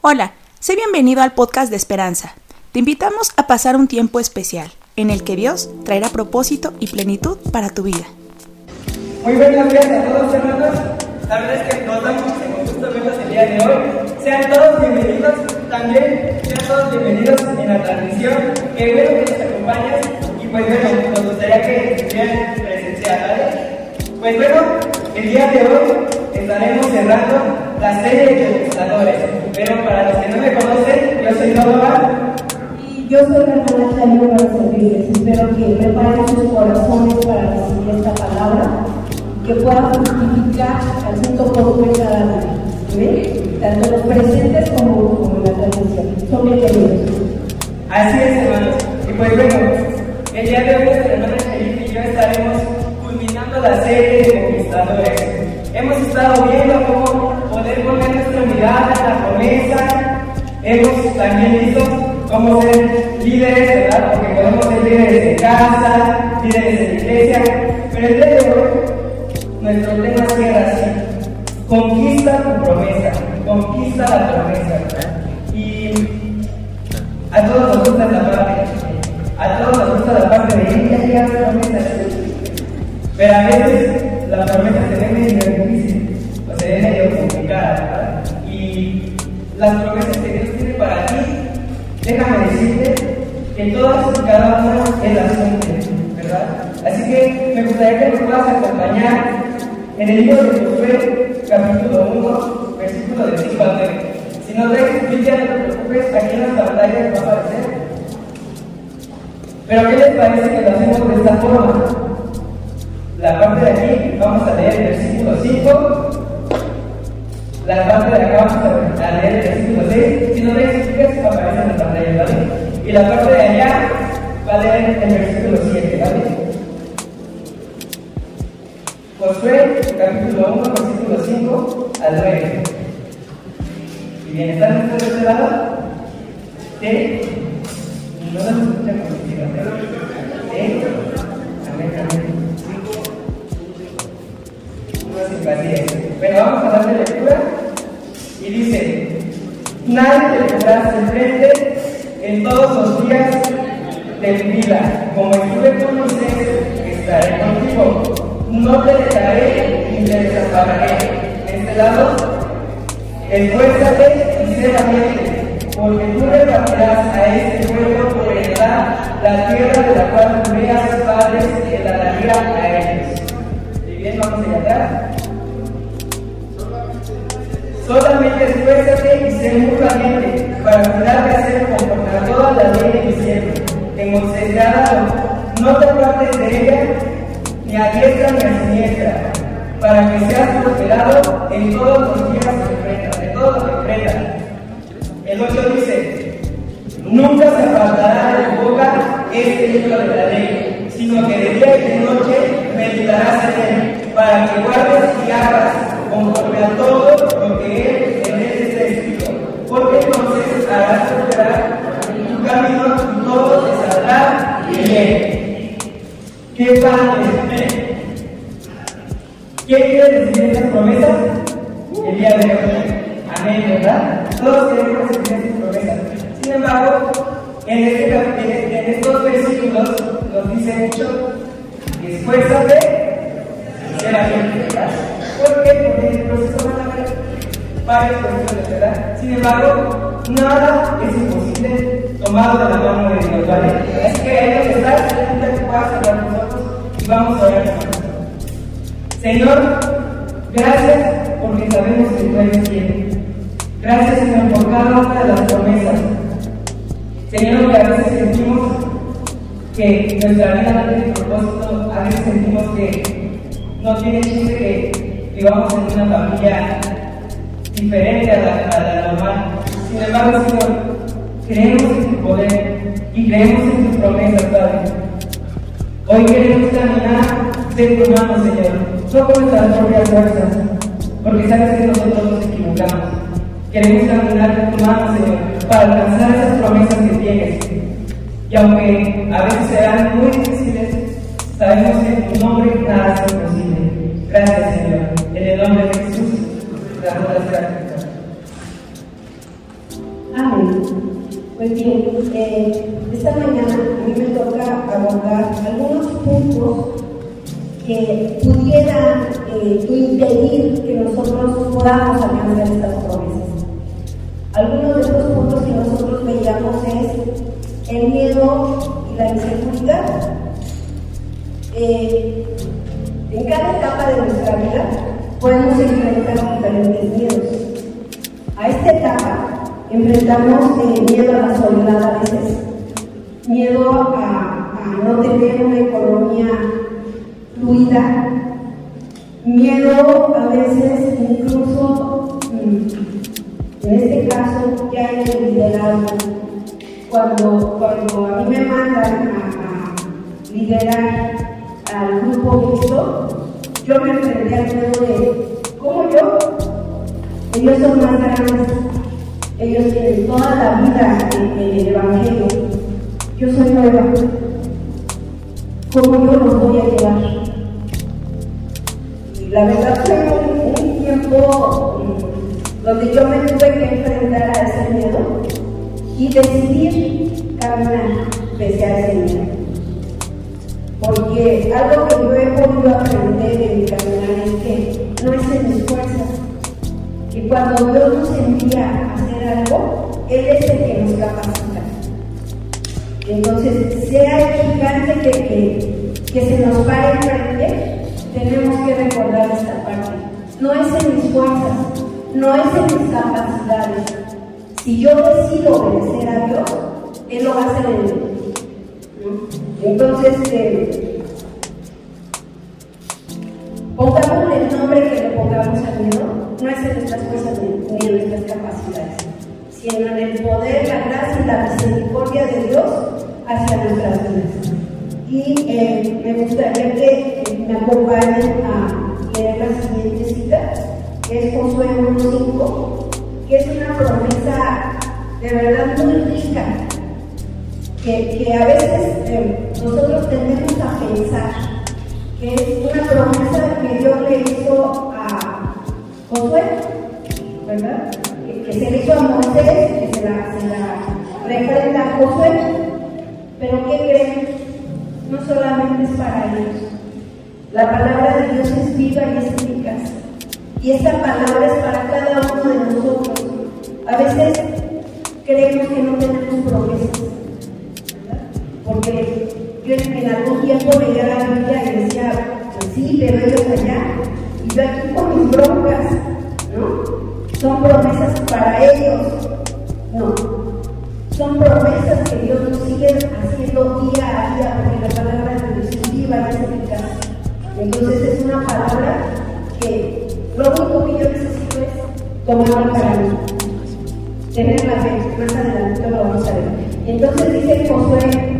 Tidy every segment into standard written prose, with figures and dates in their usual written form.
Hola, sé bienvenido al podcast de Esperanza. Te invitamos a pasar un tiempo especial, en el que Dios traerá propósito y plenitud para tu vida. Muy buenos días a todos, hermanos. La verdad es que nos da muchísimo gusto verlos el día de hoy. Sean todos bienvenidos, también sean todos bienvenidos en la transmisión. Qué bueno que nos acompañan y pues bueno, nos gustaría que estuvieran presencial, ¿vale? Pues bueno, el día de hoy estaremos cerrando la serie de conquistadores. Pero para los que no me conocen, yo soy Donovan. Y yo soy la hermana Chayo para servirles. Espero que preparen sus corazones para recibir esta palabra, que puedan fructificar al punto por cada día. ¿Ven? Tanto los presentes como en la transmisión. Son bienvenidos. Así es, hermanos. Y pues bueno, el día de hoy nuestra hermana Chayo y yo estaremos culminando la serie de conquistadores. Hemos estado viendo cómo poder poner nuestra mirada en la promesa. Hemos también visto cómo ser líderes, ¿verdad? Porque podemos ser líderes de casa, líderes de iglesia. Pero el día de hoy, nuestro tema cierra así: conquista tu promesa, conquista la promesa. Y a todos nos gusta la parte, a todos nos gusta la parte de ella, promesa. Pero a veces la promesa se ve medio difícil, o se ve medio complicada, ¿verdad? Y las promesas que Dios tiene para ti, déjame decirte que todas y cada una Él las cumple, ¿verdad? Así que me gustaría que nos puedas acompañar en el libro de Josué, capítulo 1, versículo de 5 al 9. Si no traes Biblia, no te preocupes, aquí en las pantallas va a aparecer. Pero ¿qué les parece que lo hacemos de esta forma? La parte de aquí vamos a leer el versículo 5, la parte de acá vamos a leer el versículo 6, si no lees Biblia aparece en la pantalla, ¿vale? Y la parte de allá va a leer el versículo 7, ¿vale? Josué, capítulo 1, versículo 5 al 9. ¿Y bien, están ustedes de este lado? ¿Sí? No nos escuchan con ¿sí? Amén, amén. Bueno, vamos a darle lectura y dice: nadie te podrá hacer frente en todos los días de tu vida. Como estuve con Moisés, estaré contigo. No te dejaré ni te desampararé. De este lado, esfuérzate y sé valiente, porque tú repartirás a este pueblo por heredad la tierra de la cual juré a sus padres que la daría a ellos. Y bien, vamos allá atrás. Solamente esfuérzate y sé muy valiente para cuidar de hacer conforme a toda la ley de mi siervo, que Moisés te ha dado. No te apartes de ella, ni a diestra ni a siniestra, para que seas prosperado en todos los días que enfrentas, de todo lo que enfrentas. El 8 dice: nunca se apartará de tu boca este libro de la ley, sino que de día y de noche meditarás en él, para que guardes y hagas conforme a todo lo que en él está escrito, porque entonces harás prosperar tu camino y todo te saldrá bien. ¡Qué padre! ¿Quién quiere recibir estas promesas? El día de hoy. Amén, ¿verdad? Todos queremos recibir estas promesas. Sin embargo, en estos versículos nos dice mucho: esfuérzate y sé valiente, ¿verdad? ¿Por qué? Porque en el proceso van a haber varias cuestiones, ¿verdad? Sin embargo, nada es imposible tomado de la mano de Dios, ¿vale? Así que ahí donde estás, necesitas que puedas cerrar tus ojos y vamos a orar. Señor, gracias porque sabemos que tú eres fiel. Gracias, Señor, por cada una de las promesas. Señor, que a veces sentimos que nuestra vida no tiene propósito, a veces sentimos que no tiene chiste que vivamos en una familia diferente a la normal. Sin embargo, Señor, creemos en tu poder y creemos en tus promesas, Padre. Hoy queremos caminar de tu mano, Señor, no con nuestras propias fuerzas, porque sabes que nosotros nos equivocamos. Queremos caminar de tu mano, Señor, para alcanzar esas promesas que tienes. Y aunque a veces serán muy difíciles, sabemos que en tu nombre nada es imposible. Gracias, Señor. En el nombre de Jesús, damos las gracias. Pues bien, esta mañana a mí me toca abordar algunos puntos que pudieran impedir que nosotros podamos alcanzar estas promesas. Algunos de estos puntos que nosotros veíamos es el miedo y la inseguridad. En cada etapa de nuestra vida podemos enfrentar diferentes miedos. A esta etapa enfrentamos miedo a la soledad a veces, miedo a no tener una economía fluida, miedo a veces incluso, en este caso ya en el liderazgo, cuando a mí me mandan a liderar al grupo mixto, yo me enfrenté al miedo de ¿cómo yo? Ellos son más grandes, ellos tienen toda la vida en el Evangelio, yo soy nueva, ¿cómo yo los voy a llevar? Y la verdad fue un tiempo donde yo me tuve que enfrentar a ese miedo y decidir caminar pese a ese miedo. Porque algo que yo he podido aprender en caminar es que no es en mis fuerzas, que cuando Dios nos envía a hacer algo, Él es el que nos capacita. Entonces, sea el gigante que se nos pare enfrente, tenemos que recordar esta parte. No es en mis fuerzas, no es en mis capacidades. Si yo decido obedecer a Dios, Él lo va a hacer en mí. Entonces, pongamos el nombre que le pongamos al miedo, no es en nuestras fuerzas ni en nuestras capacidades, sino en el poder, la gracia y la misericordia de Dios hacia nuestras vidas. Y me gustaría que me acompañen a leer la siguiente cita, que es Josué 1:5, que es una promesa de verdad muy rica, que a veces nosotros tendemos a pensar que es una promesa que Dios le hizo a Josué, ¿verdad? Que se le hizo a Moisés, que se la refrenda a Josué, pero ¿qué creen? No solamente es para ellos. La palabra de Dios es viva y es eficaz, y esta palabra es para cada uno de nosotros. A veces creemos que no tenemos promesas, ¿verdad? Porque yo en algún tiempo leía la Biblia y decía, pues sí, pero ellos allá, y yo aquí con mis broncas, ¿no? Son promesas para ellos, no. Son promesas que Dios nos sigue haciendo día a día, porque la palabra de Dios es viva y es eficaz. Entonces es una palabra que lo único que yo necesito es tomarla para mí, tener la fe. Más adelante lo vamos a ver. Entonces dice Josué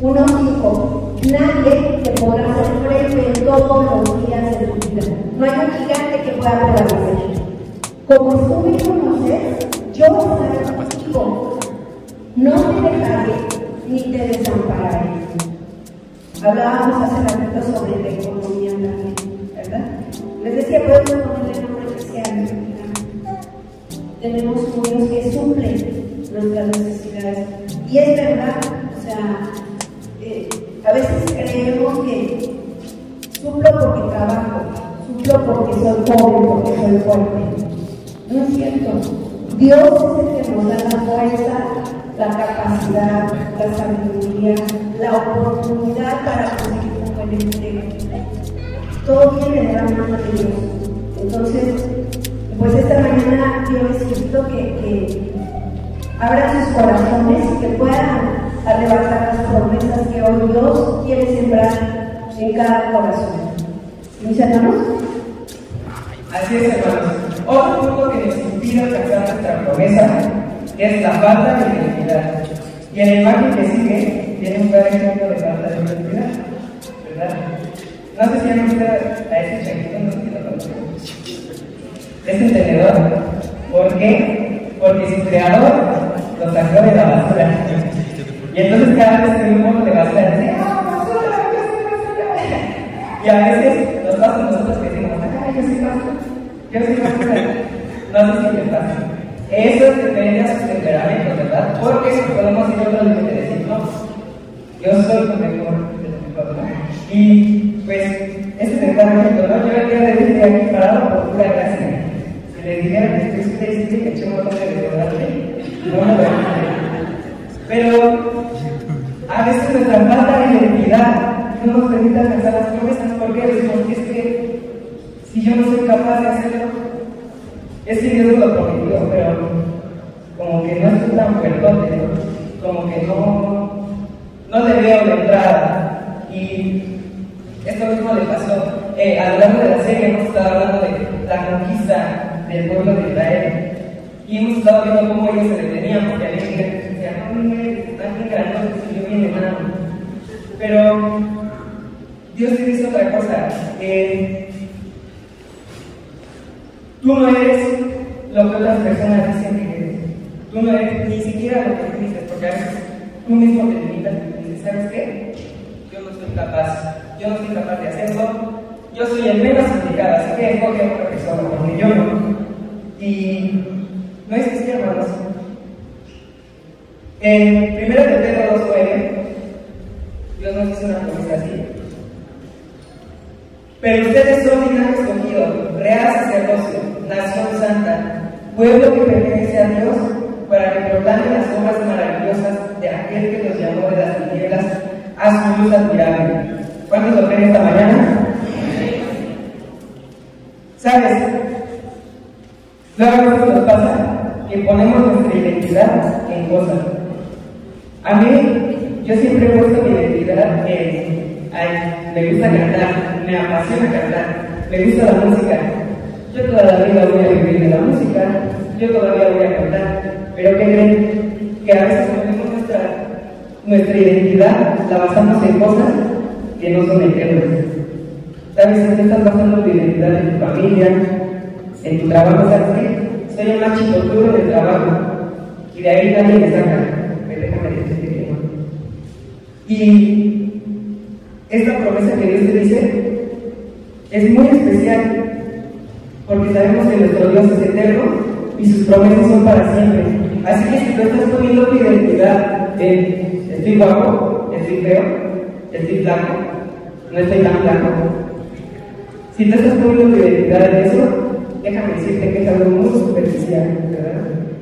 1:5, nadie te podrá hacer frente en todos los días de tu vida. No hay un gigante que pueda prevalecer. Como estuve con Moisés, yo estaré contigo. No te dejaré ni te desampararé. Hablábamos hace ratito sobre la economía también, ¿verdad? Les decía, podemos ponerle nombre que sea. Tenemos un Dios que suple nuestras necesidades. Y es verdad, o sea, a veces creemos que suplo porque trabajo, suplo porque soy joven, porque soy fuerte. No es cierto. Dios es el que nos da la fuerza, la capacidad, la sabiduría, la oportunidad para conseguir un buen empleo. Todo viene de la mano de Dios. Entonces, pues esta mañana yo les invito que abran sus corazones y que puedan arrebatar las promesas que hoy Dios quiere sembrar en cada corazón. ¿Mis hermanos? Así es, hermanos. Otro punto que nos impide alcanzar nuestra promesa es la falta de identidad. Y en la imagen que sigue tiene un gran ejemplo de falta de identidad, ¿verdad? No sé si han visto a este changuito, no sé si lo conocen. Es un tenedor. ¿Por qué? Porque su creador lo sacó de la basura. Y entonces cada vez que un mono de basura dice, basura! Y a veces nos pasa a nosotros que decimos, yo soy basura. No sé si les pasa. eso es depende de sus temperamentos, ¿verdad? Porque podemos ir a otro límite y decir, no, yo soy lo mejor, ¿no? Y pues, ese temperamento, ¿no? Yo el día de hoy estoy aquí parado por pura gracia. Si les dijera que estoy triste, que eché un montón de desodorante, no me lo imagino. Pero a veces nuestra falta de identidad no nos permite alcanzar las promesas. ¿Por qué? Decimos, es que si yo no soy capaz de hacerlo, es que Dios lo prometió, pero como que no estoy tan fuertote, ¿no? Como que no le veo la entrada. Y esto mismo le pasó. A lo largo de la serie hemos estado hablando de la conquista del pueblo de Israel. Y hemos estado viendo cómo ellos se detenían, porque había gente que decía, no, están bien grandotes y yo bien enano. Pero Dios te dice otra cosa. Tú no eres lo que otras personas dicen que eres. Tú no eres ni siquiera lo que tú dices, porque a veces tú mismo te limitas y dices, ¿sabes qué? Yo no soy capaz de hacerlo. Yo soy el menos indicado, así que escoge a otra persona, porque yo no. Y no es así, hermanos. En 1 Pedro 2:9, Dios nos dice una promesa así. Pero ustedes son linaje escogido, real sacerdocio, nación santa, pueblo que pertenece a Dios, para que proclamen las obras maravillosas de aquel que los llamó de las tinieblas a su luz admirable. ¿Cuántos lo creen esta mañana? ¿Sabes? Luego a veces nos pasa que ponemos nuestra identidad en cosas. A mí, yo siempre he puesto mi identidad en... me gusta cantar, me apasiona cantar, me gusta la música. Yo toda la vida voy a vivir de la música, yo todavía voy a cantar. Pero ¿qué creen? Que a veces ponemos nuestra identidad, la basamos en cosas que no son eternas. ¿Sabes? Si te estás basando tu identidad en tu familia, en tu trabajo, ¿sabes qué? Soy el más chicotudo del trabajo y de ahí nadie me saca. Déjame decirte que no. Y esta promesa que Dios te dice es muy especial porque sabemos que nuestro Dios es eterno y sus promesas son para siempre. Así que si tú estás poniendo tu identidad en estoy guapo, estoy feo, estoy flaco, no estoy tan flaco, si tú estás poniendo tu identidad en eso, déjame decirte que es algo muy superficial, ¿verdad?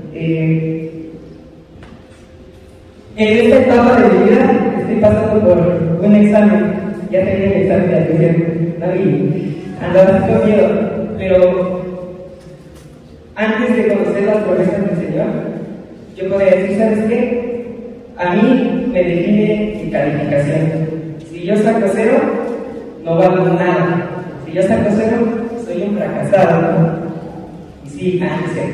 En esta etapa de mi vida estoy pasando por un examen. Ya tenía el examen de admisión, y andaba así con miedo, pero antes de conocer las promesas del Señor, yo podía decir, ¿sabes qué? A mí me define mi calificación. Si yo saco 0, no valgo nada. Si yo saco 0, soy un fracasado, ¿no? Y sí,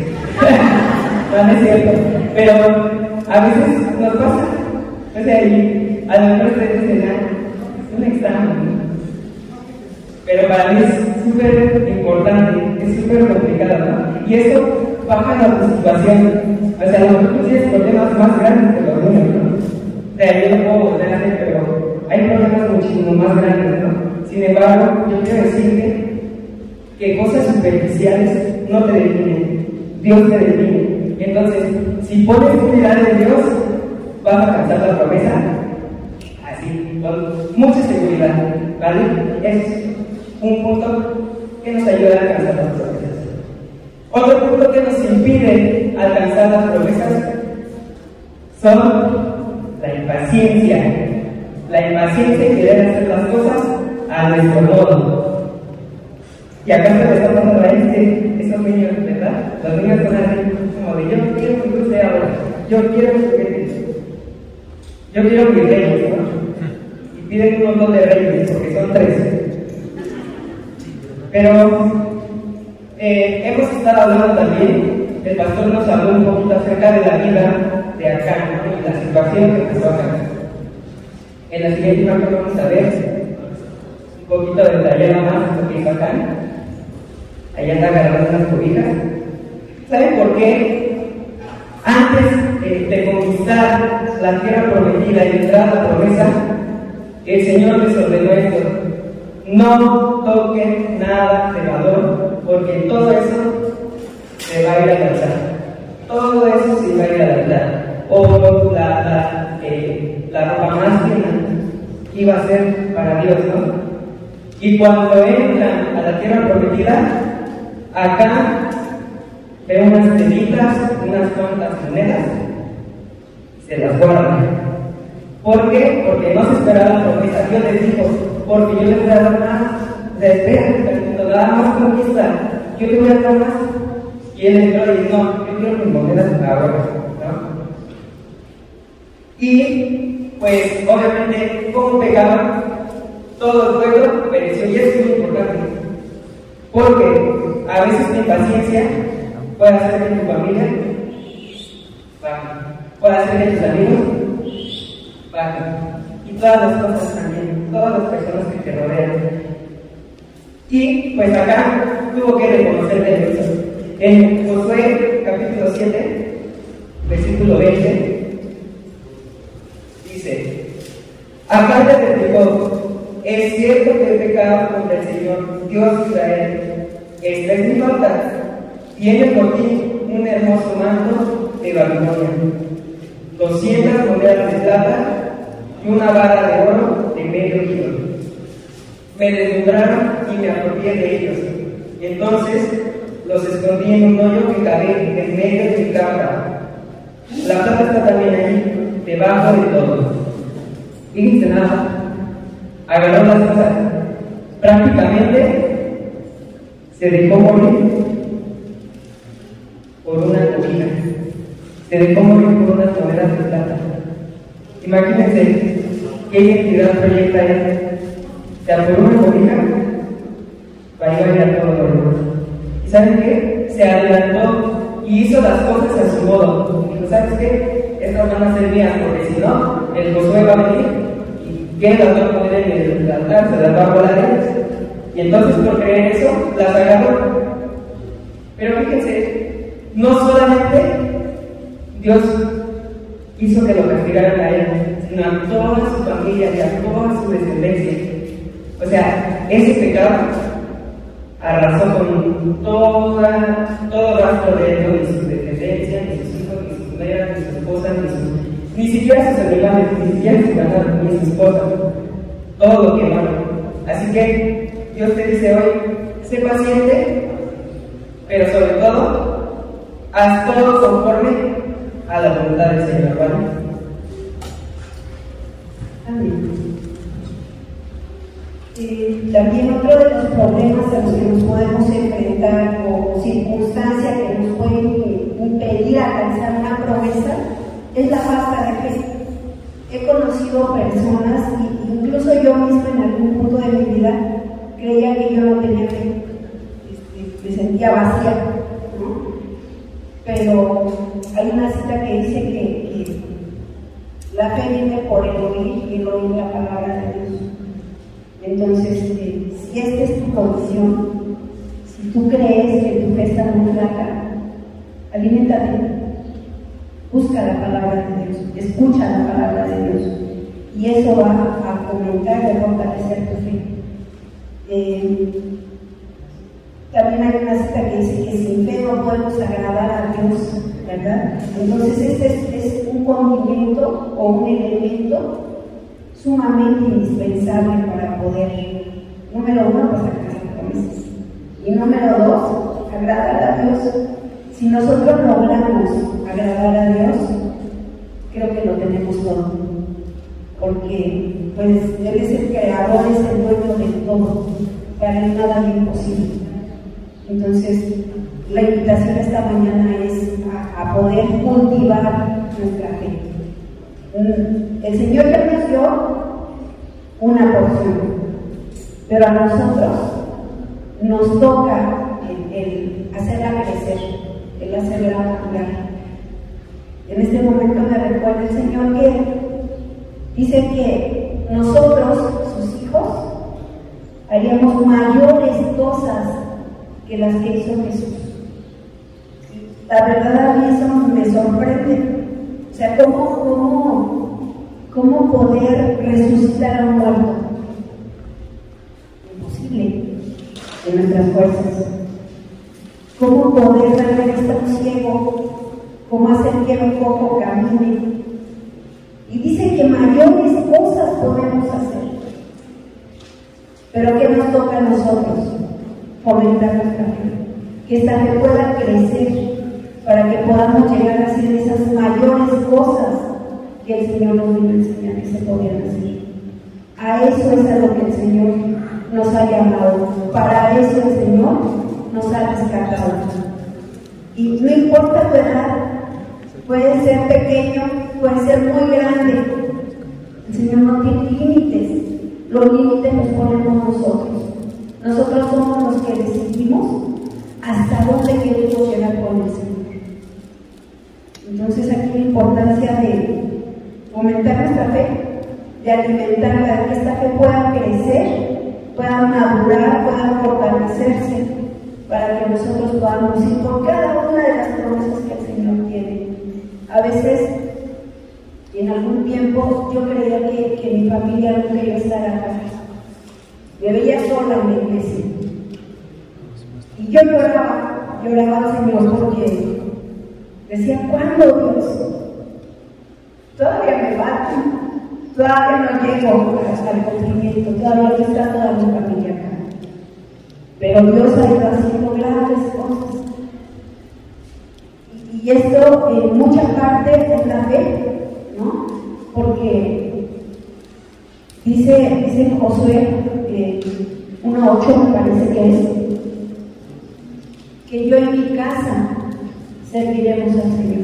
no es cierto. Pero a veces nos pasa. O sea, y a lo mejor ustedes dicen, es un examen. Pero para mí es súper importante, es súper complicado, ¿no? Y eso baja la participación. O sea, a lo mejor tú tienes problemas más grandes que los míos, ¿no? O sea, yo no puedo volver a hacer, pero hay problemas muchísimo más grandes, ¿no? Sin embargo, yo quiero decirte que cosas superficiales no te definen, Dios te define. Entonces, si pones tu mirada en Dios, vas a alcanzar la promesa así, con mucha seguridad, ¿vale? Es un punto que nos ayuda a alcanzar las promesas. Otro punto que nos impide alcanzar las promesas son la impaciencia y querer hacer las cosas a nuestro modo. Y acá se le está pasando a esos niños, ¿verdad? Los niños son así como de yo quiero que tú seas ahora, yo quiero que yo quiero mis reyes, ¿no? Y piden un montón de reyes, porque son 3. Pero hemos estado hablando también, el pastor nos habló un poquito acerca de la vida de acá, ¿no? Y la situación que pasó acá. En la siguiente imagen vamos a ver un poquito de detalle más lo que hizo acá. Allá está agarrando unas cobijas. ¿Saben por qué? Antes de conquistar la tierra prometida y entrar a la promesa, el Señor les ordenó esto: no toquen nada de valor, porque todo eso se va a ir a alcanzar. todo eso se iba a ir a la mitad. O la ropa más fina iba a ser para Dios, ¿no? Y cuando entran a la tierra prometida, acá ve unas telitas, unas cuantas monedas, se las guardan. ¿Por qué? Porque no se esperaba la promesa. Dios les dijo, porque yo les voy a dar más. Espera, cuando da más conquista, yo te voy a dar más. Y él entró y dijo, no, yo quiero mis monedas ahora, ¿no? Y, pues, obviamente, como pecaban, todo el pueblo pereció. Y eso es muy importante. Porque a veces la impaciencia puede hacer que tu familia baje, puede hacer que tus amigos bajen. Y todas las cosas también, todas las personas que te rodean. Y pues acá tuvo que reconocer de Dios. En Josué capítulo 7, versículo 20, dice: aparte de todo, es cierto que he pecado contra el Señor, Dios de Israel. Esta es mi falta. Tiene por ti un hermoso manto de Babilonia, 200 monedas de plata y una vara de oro de medio kilo. Me deslumbraron y me apropié de ellos. Entonces los escondí en un hoyo que cabé en medio de mi cámara. La plata está también ahí, debajo de todo. Fíjense nada, agarró las cosas. Prácticamente se dejó morir por una cobija. Se dejó morir por unas monedas de plata. Imagínense qué identidad proyecta él. O sea, por una cobija va a ir a todo lo demás. ¿Y saben qué? Se adelantó y hizo las cosas a su modo. Dijo, ¿sabes qué? Estas van a ser mías, porque si no, el Josué va a venir y ¿quién las va a poner en el altar? Se las va a volar ellos. Y entonces, por creer eso, las agarró. Pero fíjense, no solamente Dios hizo que lo castigaran a él, sino a toda su familia y a toda su descendencia. O sea, ese pecado arrasó con todo rastro de él, ni su descendencia, ni sus hijos, ni sus nueras, ni su esposa, ni siquiera sus animales, ni siquiera su ganado, ni su esposa. Todo lo quemaron. Así que Dios te dice hoy, sé paciente, pero sobre todo, haz todo conforme a la voluntad del Señor, ¿vale? Amén. También otro de los problemas a los que nos podemos enfrentar o circunstancias que nos pueden impedir alcanzar una promesa es la falta de fe. He conocido personas, incluso yo misma en algún punto de mi vida creía que yo no tenía fe, me sentía vacía, ¿no? Pero hay una cita que dice que la fe viene por el oír y el oír la palabra de Dios. Entonces, si esta es tu condición, si tú crees que tu fe está muy flaca, aliméntate, busca la palabra de Dios, escucha la palabra de Dios, y eso va a fomentar y a fortalecer tu fe. También hay una cita que dice que sin fe no podemos agradar a Dios, ¿verdad? Entonces este es un condimento o un elemento sumamente indispensable para poder, número uno, pues alcanzar promesas, y número dos, agradar a Dios. Si nosotros logramos agradar a Dios, creo que lo tenemos todo, porque pues Él es el creador, es el dueño de todo, para Él nada es imposible. Entonces, la invitación esta mañana es a poder cultivar nuestra fe. El Señor ya nos dio una porción, pero a nosotros nos toca el hacerla crecer, el hacerla madurar. En este momento me recuerda el Señor que dice que nosotros, sus hijos, haríamos mayores cosas que las que hizo Jesús. La verdad, a mí eso me sorprende. O sea, ¿cómo poder resucitar a un muerto? Imposible en nuestras fuerzas. ¿Cómo poder dar vista a un ciego? cómo hacer que un cojo camine. Y dice que mayores cosas podemos hacer. Pero ¿qué nos toca a nosotros? Fomentar nuestra fe. Que esta fe pueda crecer para que podamos llegar a hacer esas mayores cosas que el Señor nos vino a enseñar que se podían hacer. A eso es a lo que el Señor nos ha llamado. Para eso el Señor nos ha rescatado. Y no importa tu edad, puede ser pequeño, puede ser muy grande. El Señor no tiene límites. Los límites los ponemos nosotros. Nosotros somos los que decidimos hasta dónde queremos llegar con el Señor. Entonces aquí la importancia de fomentar nuestra fe, de alimentarla, de que esta fe pueda crecer, pueda madurar, pueda fortalecerse, para que nosotros podamos ir por cada una de las promesas que el Señor tiene. A veces, en algún tiempo, yo creía que mi familia no quería estar acá. Me veía sola en la iglesia. Y yo lloraba al Señor porque decía, ¿cuándo, Dios? Todavía me falta, todavía no llego hasta el cumplimiento, todavía no está toda mi familia acá. Pero Dios ha ido haciendo grandes cosas. Y esto en mucha parte es la fe, ¿no? Porque dice en Josué 1:8, me parece que es, que yo en mi casa serviremos al Señor.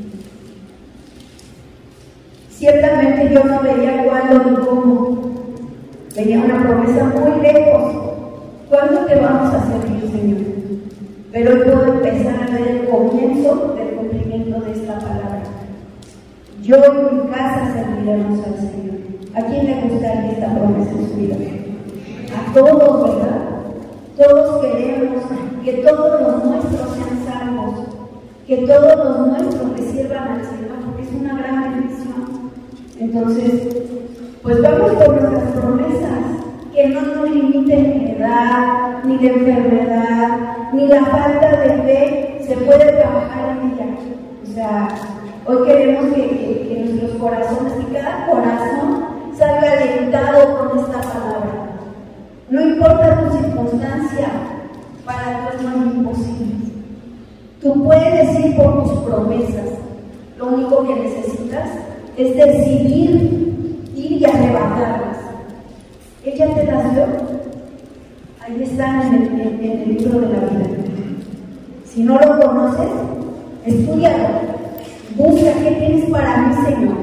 Ciertamente yo no veía cuándo ni cómo, veía una promesa muy lejos. ¿Cuándo te vamos a servir, Señor? Pero hoy puedo empezar a ver el comienzo del cumplimiento de esta palabra. Yo en mi casa serviremos al Señor. ¿A quién le gustaría esta promesa en su vida? A todos, ¿verdad? Todos queremos que todos los nuestros sean salvos, que todos los nuestros le sirvan al Señor, porque es una gran bendición. Entonces, pues vamos por nuestras promesas, que no nos limiten ni edad, ni de enfermedad, ni la falta de fe, se puede trabajar en ella. O sea, hoy queremos que nuestros corazones, que cada corazón salga alentado con esta palabra. No importa tu circunstancia, para Dios no es imposible. Tú puedes ir por tus promesas. Lo único que necesitas es decidir ir y arrebatarlas. Ella te las dio. Ahí están en el libro de la vida. Si no lo conoces, estúdialo. Busca qué tienes para mí, Señor.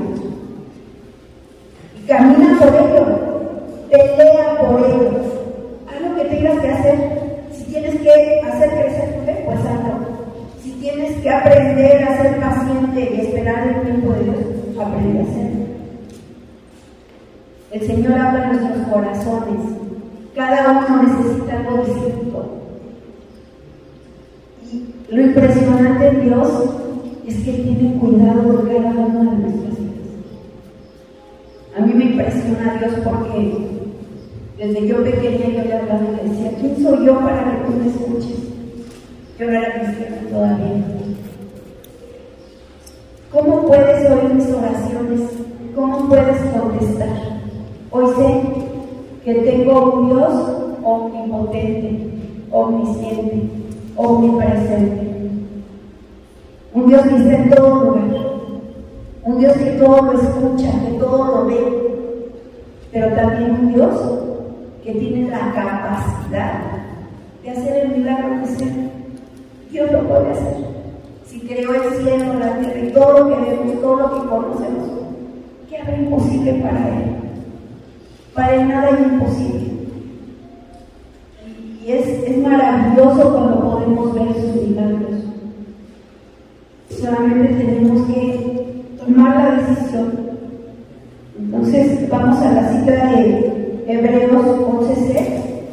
Y camina por ello. Pelea por ello. Haz lo que tengas que hacer. Si tienes que hacer crecer tu fe, pues hazlo. Si tienes que aprender a ser paciente y esperar el tiempo de Dios, aprende a hacerlo. El Señor habla en nuestros corazones. Cada uno necesita algo distinto. Y lo impresionante de Dios es que tiene cuidado de cada una de nuestras vidas. A mí me impresiona Dios porque desde yo pequeña yo le hablaba y le decía, ¿quién soy yo para que tú me escuches? Yo no era cristiana todavía. ¿Cómo puedes oír mis oraciones? ¿Cómo puedes contestar? Hoy sé que tengo un Dios omnipotente, omnisciente, omnipresente. Un Dios que está en todo lugar. Un Dios que todo lo escucha, que todo lo ve. Pero también un Dios que tiene la capacidad de hacer el milagro que sea. Dios lo puede hacer. Si creó el cielo, la tierra y todo lo que vemos, todo lo que conocemos, ¿qué habrá imposible para Él? Para Él nada es imposible. Y es maravilloso cuando podemos ver sus milagros. Solamente tenemos que tomar la decisión. Entonces vamos a la cita de Hebreos 11:6.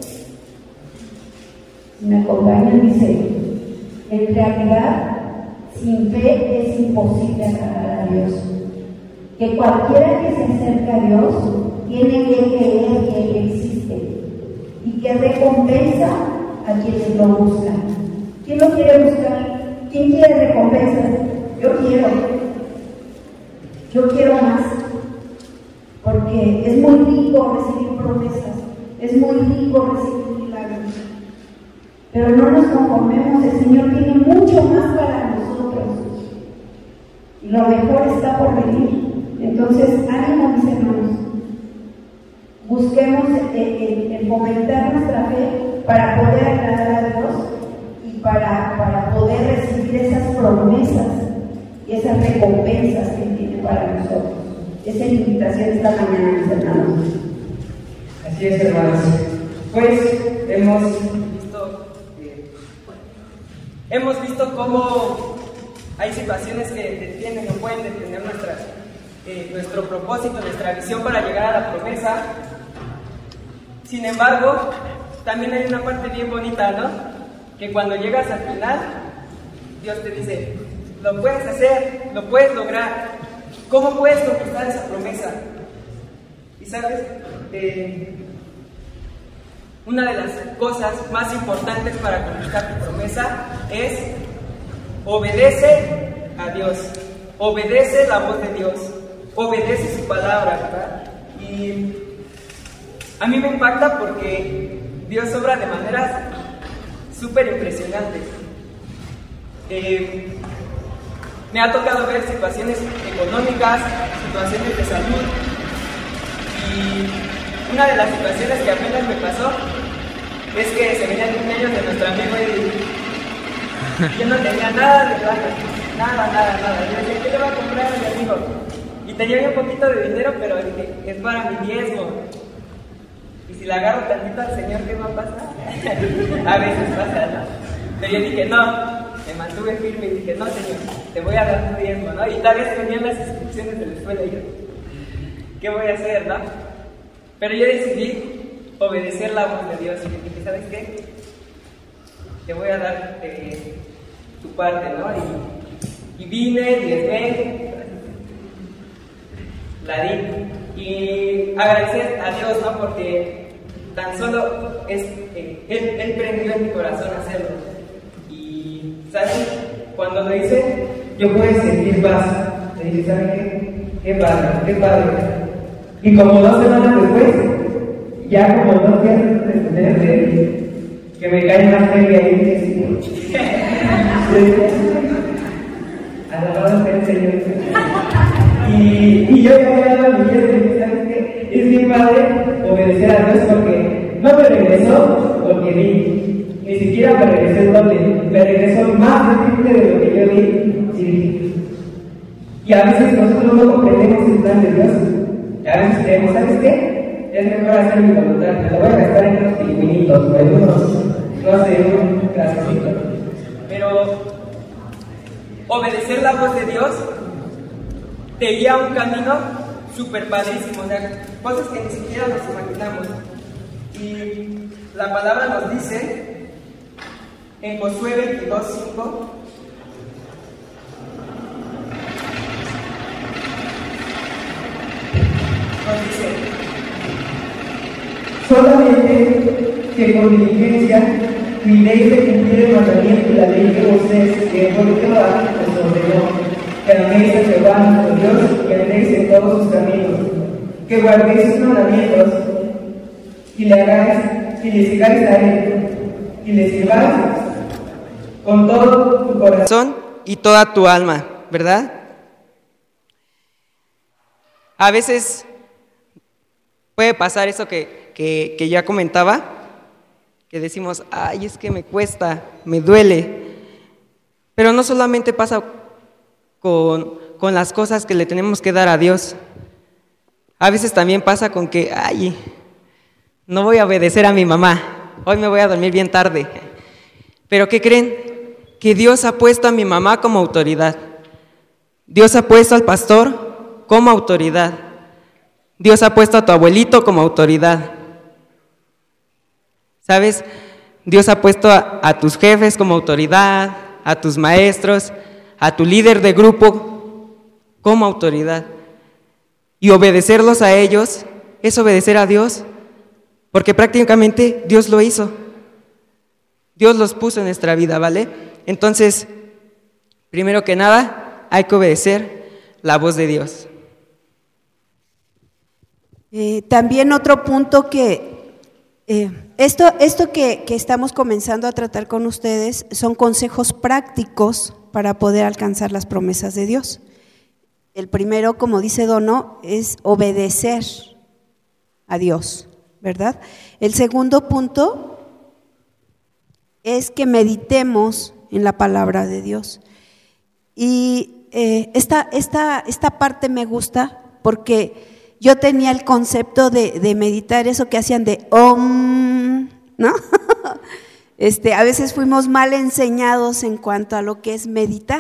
Si me acompañan, dice: en realidad, sin fe es imposible agradar a Dios. Que cualquiera que se acerque a Dios tiene que creer que Él existe y que recompensa a quienes lo buscan. ¿Quién lo quiere buscar? ¿Quién quiere recompensa? Yo quiero más, porque es muy rico recibir promesas, es muy rico recibir milagros, pero no nos conformemos, el Señor tiene mucho más para nosotros, y lo mejor está por venir. Entonces, ánimo, mis hermanos, busquemos el fomentar nuestra fe para poder agradar a Dios y para poder recibir esas promesas y esas recompensas que Él tiene para nosotros. Esa es la invitación esta mañana, mis hermanos. Así es, hermanos. Pues hemos visto cómo hay situaciones que detienen o pueden detener nuestro propósito, nuestra visión para llegar a la promesa. Sin embargo, también hay una parte bien bonita, ¿no? Que cuando llegas al final, Dios te dice, lo puedes hacer, lo puedes lograr. ¿Cómo puedes conquistar esa promesa? Y sabes, una de las cosas más importantes para conquistar tu promesa es obedece a Dios, obedece la voz de Dios, obedece su palabra, ¿verdad? Y a mí me impacta porque Dios obra de maneras súper impresionantes. Me ha tocado ver situaciones económicas, situaciones de salud, y una de las situaciones que apenas me pasó es que se venía el cumpleaños de nuestro amigo y yo no tenía nada de plata, nada. Yo decía, ¿qué le va a comprar a mi amigo? Y tenía un poquito de dinero, pero dije, es para mi diezmo. Y si le agarro tantito al Señor, ¿qué va a pasar? A veces pasa, ¿no? Pero yo dije, no. Me mantuve firme y dije, no, Señor, te voy a dar tu diezmo, ¿no? Y tal vez venían las instrucciones de la escuela y yo, ¿qué voy a hacer, no? Pero yo decidí obedecer la voz de Dios y dije, ¿sabes qué? Te voy a dar tu parte, ¿no? Y vine, diezmé, la di. Y agradecer a Dios, ¿no? Porque tan solo Él prendió en mi corazón hacerlo. ¿Sabes? Cuando lo hice, yo pude sentir paz. Me dije, ¿sabes qué? Qué padre. Y como 2 semanas después, ya como 2 días después de que me cae más feria ahí, alabado sea el Señor. Y yo ya había dado a mi vida y dije, ¿sabes qué? Es bien padre obedecer a Dios porque no me regresó lo que di. Ni siquiera me regresé el doble, me regresó más de lo que yo di. Y a veces nosotros no comprendemos el plan de Dios. Y a veces creemos, ¿sabes qué? Es mejor hacer mi voluntad, me lo voy a gastar en unos pingüinitos, o en un grasecito. Pero obedecer la voz de Dios te guía a un camino súper padrísimo, o sea, cosas que ni siquiera nos imaginamos. Y la palabra nos dice en Josué 22:5, nos dice, solamente que con diligencia cuidéis de cumplir el mandamiento y la ley que Moisés, que por Jehová os ordenó, que améis a Jehová nuestro Dios y andéis en todos sus caminos, que guardéis sus mandamientos y le sigáis a él y le sirváis con todo tu corazón y toda tu alma, ¿verdad? A veces puede pasar eso que ya comentaba, que decimos, ay, es que me cuesta, me duele. Pero no solamente pasa con las cosas que le tenemos que dar a Dios. A veces también pasa con que, ay, no voy a obedecer a mi mamá, hoy me voy a dormir bien tarde. Pero ¿qué creen? Que Dios ha puesto a mi mamá como autoridad. Dios ha puesto al pastor como autoridad. Dios ha puesto a tu abuelito como autoridad. ¿Sabes? Dios ha puesto a tus jefes como autoridad, a tus maestros, a tu líder de grupo como autoridad. Y obedecerlos a ellos es obedecer a Dios, porque prácticamente Dios lo hizo. Dios los puso en nuestra vida, ¿vale? Entonces, primero que nada, hay que obedecer la voz de Dios. También otro punto que esto que estamos comenzando a tratar con ustedes son consejos prácticos para poder alcanzar las promesas de Dios. El primero, como dice Dono, es obedecer a Dios, ¿verdad? El segundo punto es que meditemos en la palabra de Dios. Y esta parte me gusta porque yo tenía el concepto de meditar, eso que hacían de om, ¿no? A veces fuimos mal enseñados en cuanto a lo que es meditar.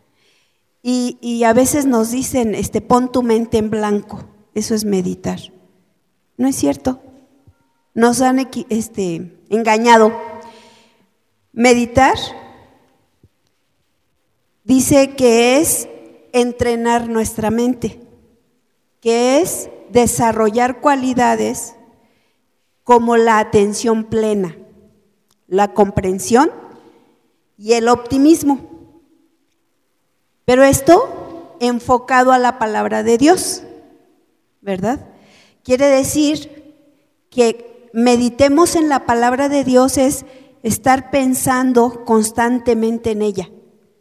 Y a veces nos dicen, pon tu mente en blanco, eso es meditar. No es cierto, nos han engañado. Meditar dice que es entrenar nuestra mente, que es desarrollar cualidades como la atención plena, la comprensión y el optimismo. Pero esto enfocado a la palabra de Dios, ¿verdad? Quiere decir que meditemos en la palabra de Dios es estar pensando constantemente en ella,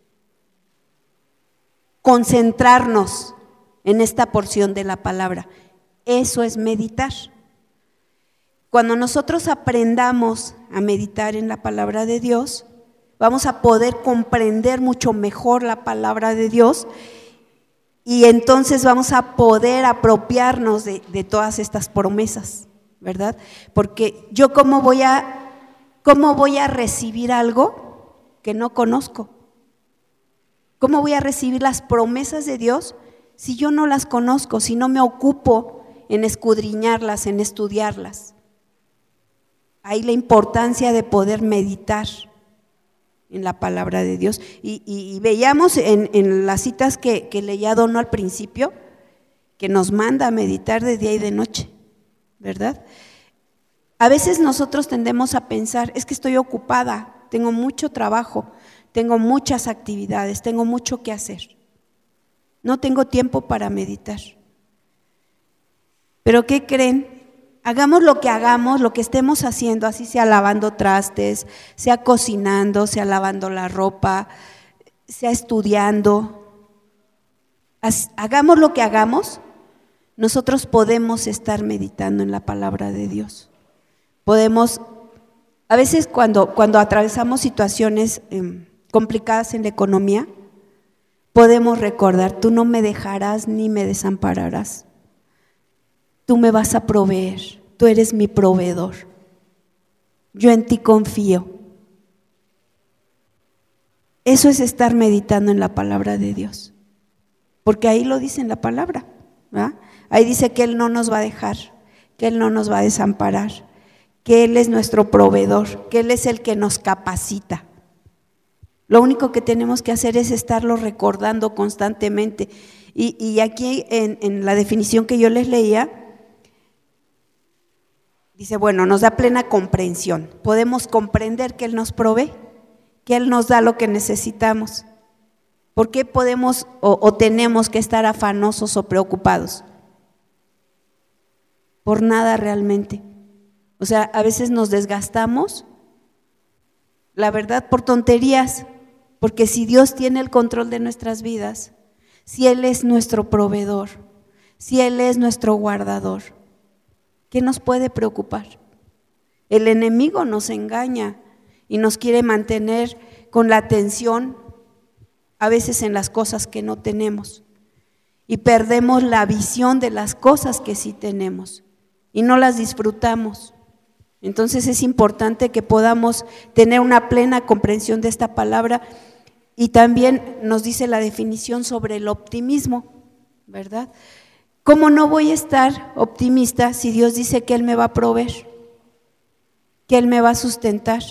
concentrarnos en esta porción de la palabra. Eso es meditar. Cuando nosotros aprendamos a meditar en la palabra de Dios, vamos a poder comprender mucho mejor la palabra de Dios y entonces vamos a poder apropiarnos de todas estas promesas, ¿verdad? Porque yo ¿cómo voy a recibir algo que no conozco? ¿Cómo voy a recibir las promesas de Dios si yo no las conozco, si no me ocupo en escudriñarlas, en estudiarlas? Ahí la importancia de poder meditar en la palabra de Dios. Y veíamos en las citas que leía Dono al principio, que nos manda a meditar de día y de noche, ¿verdad? A veces nosotros tendemos a pensar, es que estoy ocupada, tengo mucho trabajo, tengo muchas actividades, tengo mucho que hacer. No tengo tiempo para meditar. Pero ¿qué creen? Hagamos lo que estemos haciendo, así sea lavando trastes, sea cocinando, sea lavando la ropa, sea estudiando. Hagamos lo que hagamos, nosotros podemos estar meditando en la palabra de Dios. Podemos, a veces cuando atravesamos situaciones complicadas en la economía, podemos recordar, tú no me dejarás ni me desampararás. Tú me vas a proveer, tú eres mi proveedor. Yo en ti confío. Eso es estar meditando en la palabra de Dios. Porque ahí lo dice en la palabra, ¿verdad? Ahí dice que Él no nos va a dejar, que Él no nos va a desamparar, que Él es nuestro proveedor, que Él es el que nos capacita. Lo único que tenemos que hacer es estarlo recordando constantemente. Y aquí en la definición que yo les leía, dice, bueno, nos da plena comprensión. Podemos comprender que Él nos provee, que Él nos da lo que necesitamos. ¿Por qué podemos o tenemos que estar afanosos o preocupados? Por nada realmente. O sea, a veces nos desgastamos, la verdad, por tonterías, porque si Dios tiene el control de nuestras vidas, si Él es nuestro proveedor, si Él es nuestro guardador, ¿qué nos puede preocupar? El enemigo nos engaña y nos quiere mantener con la atención a veces en las cosas que no tenemos y perdemos la visión de las cosas que sí tenemos y no las disfrutamos. Entonces es importante que podamos tener una plena comprensión de esta palabra y también nos dice la definición sobre el optimismo, ¿verdad? ¿Cómo no voy a estar optimista si Dios dice que Él me va a proveer, que Él me va a sustentar?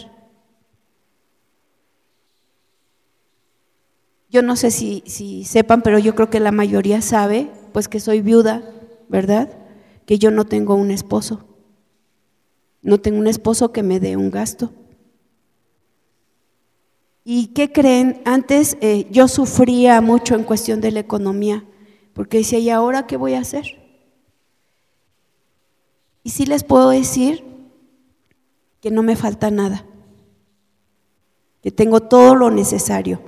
Yo no sé si sepan, pero yo creo que la mayoría sabe, pues que soy viuda, ¿verdad? Que yo no tengo un esposo. No tengo un esposo que me dé un gasto. ¿Y qué creen? Antes yo sufría mucho en cuestión de la economía, porque decía, ¿y ahora qué voy a hacer? Y sí les puedo decir que no me falta nada, que tengo todo lo necesario.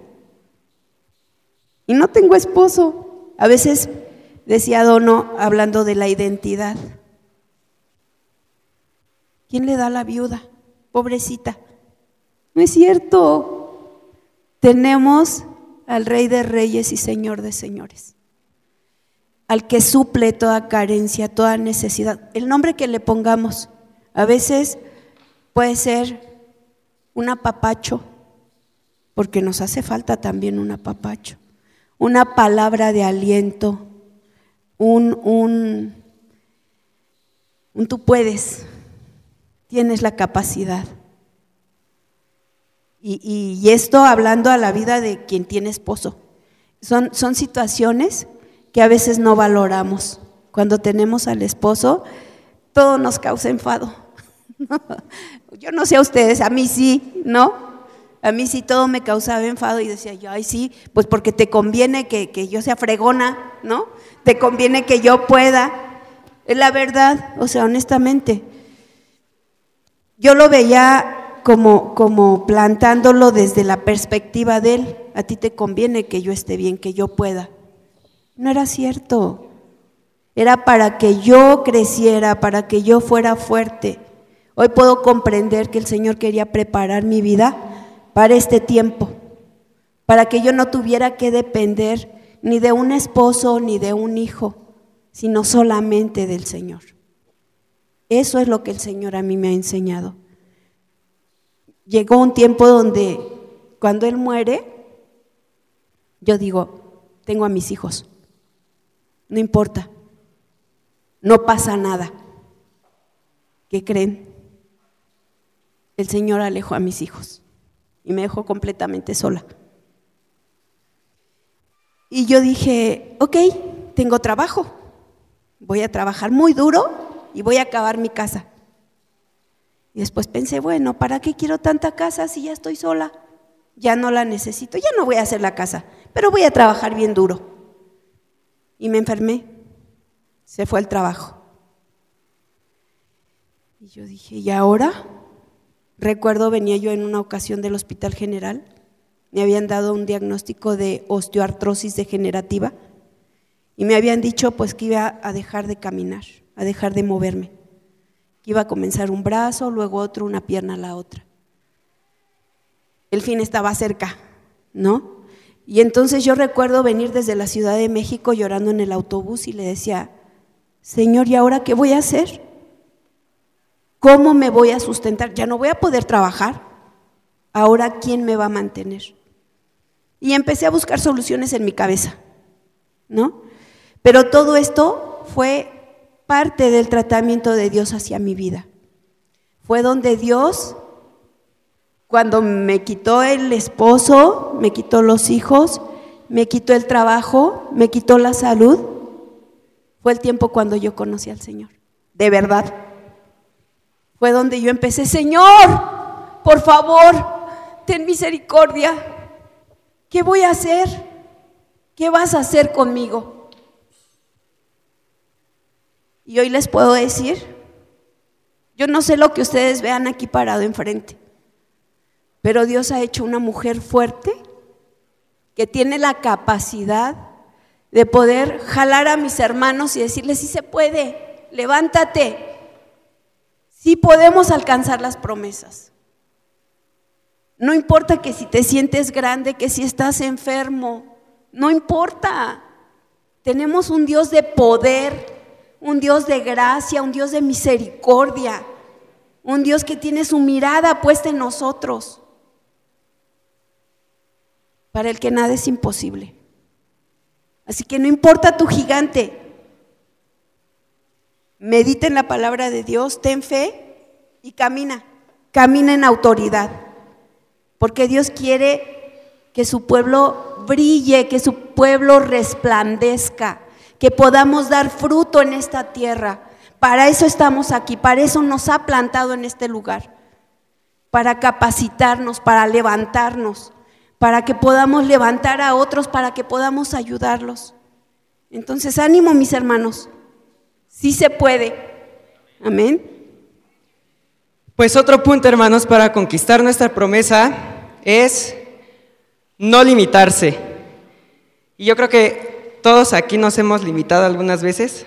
Y no tengo esposo. A veces decía Dono, hablando de la identidad, ¿quién le da a la viuda? Pobrecita. No es cierto. Tenemos al Rey de Reyes y Señor de Señores, al que suple toda carencia, toda necesidad. El nombre que le pongamos, a veces puede ser un apapacho, porque nos hace falta también un apapacho, una palabra de aliento, un tú puedes, tienes la capacidad. Y esto hablando a la vida de quien tiene esposo. Son situaciones que a veces no valoramos. Cuando tenemos al esposo, todo nos causa enfado. Yo no sé a ustedes, a mí sí, ¿no? A mí sí todo me causaba enfado y decía yo, ay sí, pues porque te conviene que yo sea fregona, ¿no? Te conviene que yo pueda. Es la verdad, o sea, honestamente. Yo lo veía como plantándolo desde la perspectiva de él. A ti te conviene que yo esté bien, que yo pueda. No era cierto. Era para que yo creciera, para que yo fuera fuerte. Hoy puedo comprender que el Señor quería preparar mi vida para este tiempo, para que yo no tuviera que depender ni de un esposo ni de un hijo, sino solamente del Señor. Eso es lo que el Señor a mí me ha enseñado. Llegó un tiempo donde cuando Él muere, yo digo, tengo a mis hijos, no importa, no pasa nada. ¿Qué creen? El Señor alejó a mis hijos y me dejó completamente sola. Y yo dije, ok, tengo trabajo, voy a trabajar muy duro y voy a acabar mi casa. Y después pensé, bueno, ¿para qué quiero tanta casa si ya estoy sola? Ya no la necesito, ya no voy a hacer la casa, pero voy a trabajar bien duro. Y me enfermé, se fue el trabajo. Y yo dije, ¿y ahora? Recuerdo, venía yo en una ocasión del Hospital General, me habían dado un diagnóstico de osteoartrosis degenerativa y me habían dicho pues que iba a dejar de caminar, a dejar de moverme, que iba a comenzar un brazo, luego otro, una pierna, la otra. El fin estaba cerca, ¿no? Y entonces yo recuerdo venir desde la Ciudad de México llorando en el autobús y le decía, Señor, ¿y ahora qué voy a hacer? ¿Cómo me voy a sustentar? Ya no voy a poder trabajar. ¿Ahora quién me va a mantener? Y empecé a buscar soluciones en mi cabeza, ¿no? Pero todo esto fue parte del tratamiento de Dios hacia mi vida. Fue donde Dios, cuando me quitó el esposo, me quitó los hijos, me quitó el trabajo, me quitó la salud, fue el tiempo cuando yo conocí al Señor, de verdad. Fue donde yo empecé, Señor, por favor, ten misericordia. ¿Qué voy a hacer? ¿Qué vas a hacer conmigo? Y hoy les puedo decir, yo no sé lo que ustedes vean aquí parado enfrente, pero Dios ha hecho una mujer fuerte que tiene la capacidad de poder jalar a mis hermanos y decirles, sí se puede, levántate. Sí podemos alcanzar las promesas. No importa que si te sientes grande, que si estás enfermo, no importa. Tenemos un Dios de poder, un Dios de gracia, un Dios de misericordia, un Dios que tiene su mirada puesta en nosotros, para el que nada es imposible. Así que no importa tu gigante, medita en la palabra de Dios, ten fe y camina en autoridad, porque Dios quiere que su pueblo brille, que su pueblo resplandezca, que podamos dar fruto en esta tierra. Para eso estamos aquí, para eso nos ha plantado en este lugar, para capacitarnos, para levantarnos, para que podamos levantar a otros, para que podamos ayudarlos. Entonces, ánimo, mis hermanos, sí se puede. Amén. Pues otro punto, hermanos, para conquistar nuestra promesa es no limitarse. Y yo creo que todos aquí nos hemos limitado algunas veces,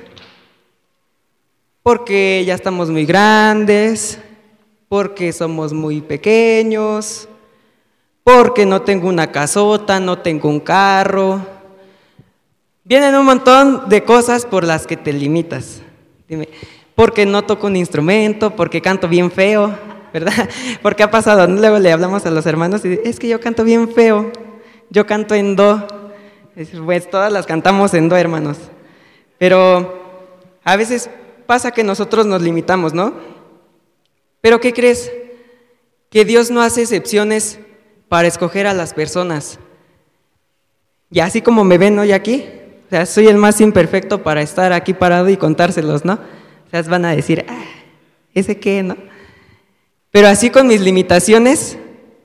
porque ya estamos muy grandes, porque somos muy pequeños, porque no tengo una casota, no tengo un carro. Vienen un montón de cosas por las que te limitas. Dime, porque no toco un instrumento, porque canto bien feo, ¿verdad? Porque ha pasado, luego le hablamos a los hermanos y es que yo canto bien feo, yo canto en do. Pues todas las cantamos en do, hermanos. Pero a veces pasa que nosotros nos limitamos, ¿no? Pero ¿qué crees? Que Dios no hace excepciones para escoger a las personas. Y así como me ven hoy aquí, o sea, soy el más imperfecto para estar aquí parado y contárselos, ¿no? O sea, van a decir, ¿ese qué, no? Pero así con mis limitaciones,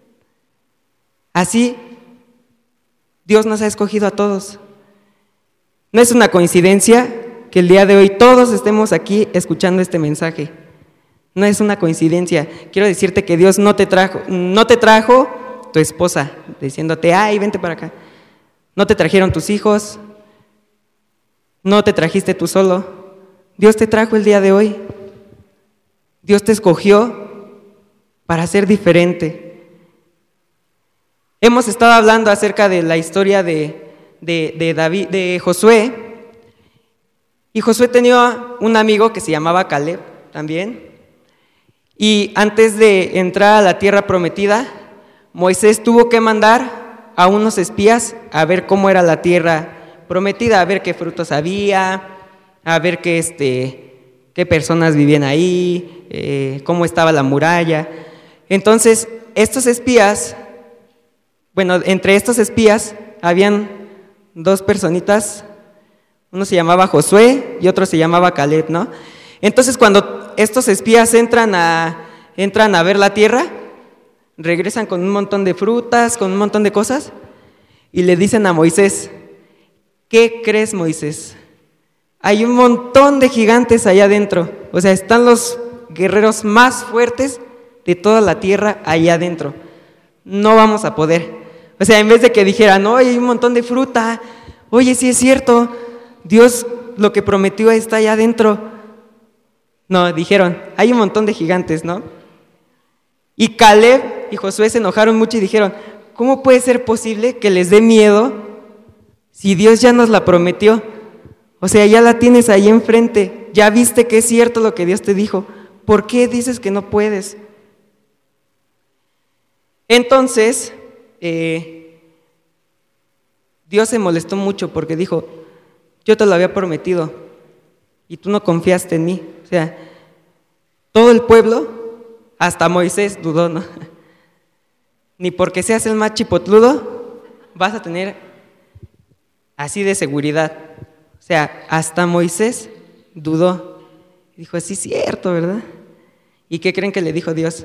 así Dios nos ha escogido a todos. No es una coincidencia que el día de hoy todos estemos aquí escuchando este mensaje. No es una coincidencia. Quiero decirte que Dios no te trajo tu esposa, diciéndote, vente para acá. No te trajeron tus hijos, no te trajiste tú solo. Dios te trajo el día de hoy. Dios te escogió para ser diferente. Hemos estado hablando acerca de la historia de David, de Josué. Y Josué tenía un amigo que se llamaba Caleb también. Y antes de entrar a la tierra prometida, Moisés tuvo que mandar a unos espías a ver cómo era la tierra prometida, a ver qué frutos había, a ver qué personas vivían ahí, cómo estaba la muralla. Entonces, estos espías, entre estos espías habían dos personitas, uno se llamaba Josué y otro se llamaba Caleb, ¿no? Entonces, cuando estos espías entran a ver la tierra, regresan con un montón de frutas, con un montón de cosas, y le dicen a Moisés, ¿qué crees, Moisés? Hay un montón de gigantes allá adentro, o sea, están los guerreros más fuertes de toda la tierra allá adentro, no vamos a poder. O sea, en vez de que dijeran, no, hay un montón de fruta, oye, sí es cierto, Dios lo que prometió está allá adentro. No, dijeron, hay un montón de gigantes, ¿no? Y Caleb y Josué se enojaron mucho y dijeron, ¿cómo puede ser posible que les dé miedo si Dios ya nos la prometió? O sea, ya la tienes ahí enfrente, ya viste que es cierto lo que Dios te dijo, ¿por qué dices que no puedes? Entonces, Dios se molestó mucho porque dijo, yo te lo había prometido y tú no confiaste en mí. O sea, todo el pueblo, hasta Moisés dudó, ¿no? Ni porque seas el más chipotludo vas a tener así de seguridad. O sea, hasta Moisés dudó. Dijo, sí es cierto, ¿verdad? ¿Y qué creen que le dijo Dios?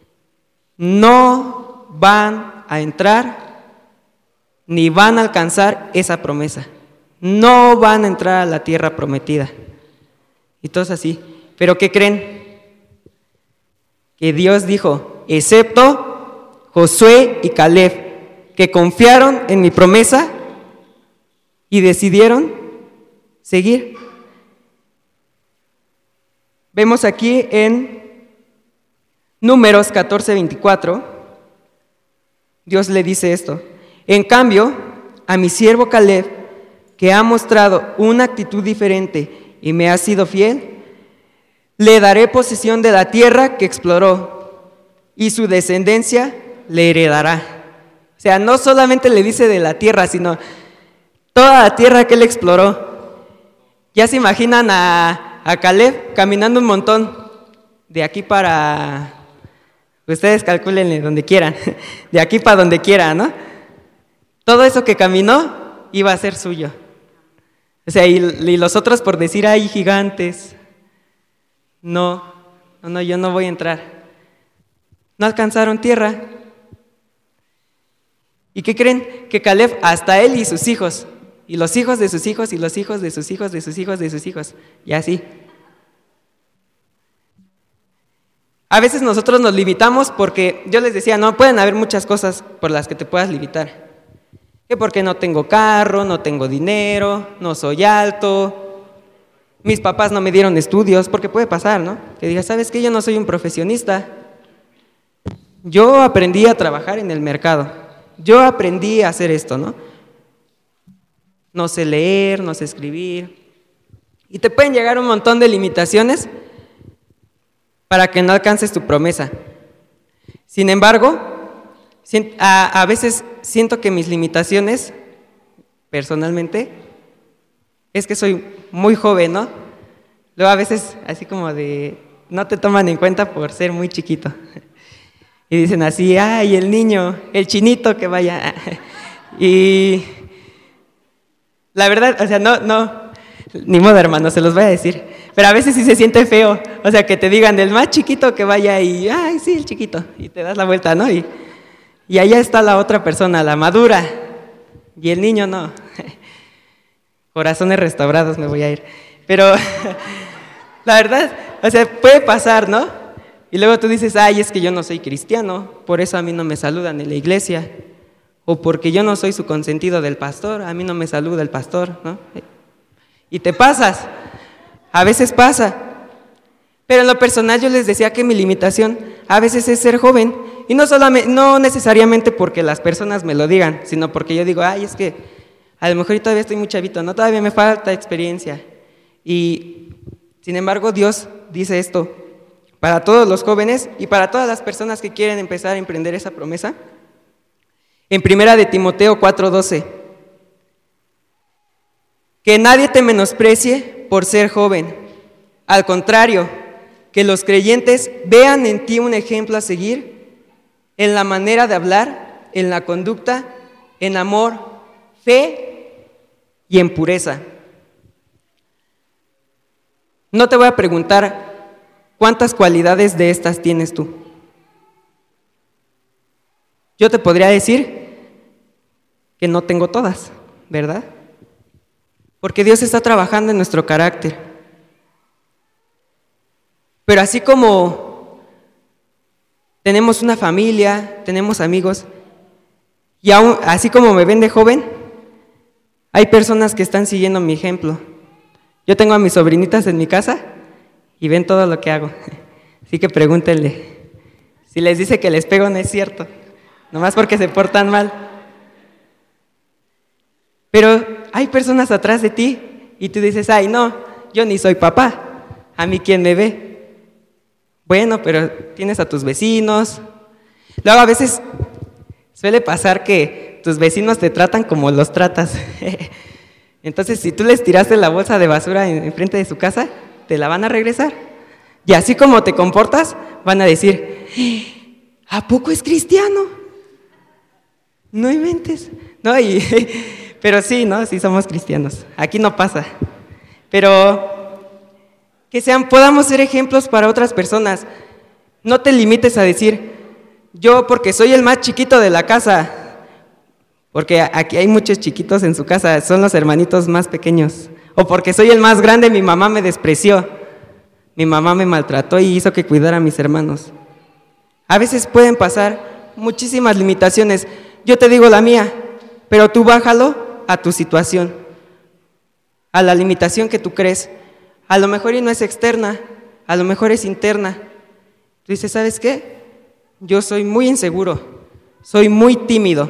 No van a entrar ni van a alcanzar esa promesa. No van a entrar a la tierra prometida. Y todos así. ¿Pero qué creen? Que Dios dijo, excepto Josué y Caleb, que confiaron en mi promesa y decidieron seguir. Vemos aquí en Números 14:24, Dios le dice esto, en cambio, a mi siervo Caleb, que ha mostrado una actitud diferente y me ha sido fiel, le daré posesión de la tierra que exploró y su descendencia le heredará. O sea, no solamente le dice de la tierra, sino toda la tierra que él exploró. Ya se imaginan a Caleb caminando un montón de aquí para, ustedes calcúlenle donde quieran, de aquí para donde quiera, ¿no? Todo eso que caminó iba a ser suyo. O sea, y los otros por decir, hay gigantes. No, yo no voy a entrar. No alcanzaron tierra. ¿Y qué creen? Que Caleb, hasta él y sus hijos, y los hijos de sus hijos, y los hijos de sus hijos, de sus hijos, de sus hijos, y así. A veces nosotros nos limitamos porque, yo les decía, no, pueden haber muchas cosas por las que te puedas limitar. Que porque no tengo carro, no tengo dinero, no soy alto, mis papás no me dieron estudios, porque puede pasar, ¿no? Que digas, ¿sabes qué? Yo no soy un profesionista. Yo aprendí a trabajar en el mercado. Yo aprendí a hacer esto, ¿no? No sé leer, no sé escribir. Y te pueden llegar un montón de limitaciones para que no alcances tu promesa. Sin embargo, a veces siento que mis limitaciones, personalmente, es que soy muy joven, ¿no? Luego a veces así como de, no te toman en cuenta por ser muy chiquito. Y dicen así, ay, el niño, el chinito que vaya. Y la verdad, o sea, no, ni modo, hermano, se los voy a decir. Pero a veces sí se siente feo, o sea, que te digan el más chiquito que vaya y, ay, sí, el chiquito. Y te das la vuelta, ¿no? Y allá está la otra persona, la madura, y el niño no. Corazones restaurados me voy a ir. Pero la verdad, o sea, puede pasar, ¿no? Y luego tú dices, ay, es que yo no soy cristiano, por eso a mí no me saludan en la iglesia. O porque yo no soy su consentido del pastor, a mí no me saluda el pastor, ¿no? Y te pasas, a veces pasa. Pero en lo personal yo les decía que mi limitación a veces es ser joven. Y no necesariamente porque las personas me lo digan, sino porque yo digo, ay, es que a lo mejor todavía estoy muy chavito, ¿no? Todavía me falta experiencia. Y sin embargo Dios dice esto para todos los jóvenes y para todas las personas que quieren empezar a emprender esa promesa. En 1 de Timoteo 4:12, que nadie te menosprecie por ser joven. Al contrario, que los creyentes vean en ti un ejemplo a seguir en la manera de hablar, en la conducta, en amor, fe y en pureza. No te voy a preguntar cuántas cualidades de estas tienes tú. Yo te podría decir que no tengo todas, ¿verdad? Porque Dios está trabajando en nuestro carácter. Pero así como tenemos una familia, tenemos amigos, y aún, así como me ven de joven, hay personas que están siguiendo mi ejemplo. Yo tengo a mis sobrinitas en mi casa y ven todo lo que hago. Así que pregúntenle. Si les dice que les pego, no es cierto. Nomás porque se portan mal. Pero hay personas atrás de ti y tú dices, ay, no, yo ni soy papá. ¿A mí quién me ve? Bueno, pero tienes a tus vecinos. Luego a veces suele pasar que tus vecinos te tratan como los tratas. Entonces, si tú les tiraste la bolsa de basura enfrente de su casa, te la van a regresar. Y así como te comportas, van a decir, ¿a poco es cristiano? No inventes. No, pero sí, ¿no? Sí somos cristianos. Aquí no pasa. Pero que podamos ser ejemplos para otras personas. No te limites a decir, yo porque soy el más chiquito de la casa, porque aquí hay muchos chiquitos en su casa, son los hermanitos más pequeños. O porque soy el más grande, mi mamá me despreció. Mi mamá me maltrató y hizo que cuidara a mis hermanos. A veces pueden pasar muchísimas limitaciones. Yo te digo la mía, pero tú bájalo a tu situación, a la limitación que tú crees. A lo mejor y no es externa, a lo mejor es interna. Tú dices, ¿sabes qué? Yo soy muy inseguro, soy muy tímido.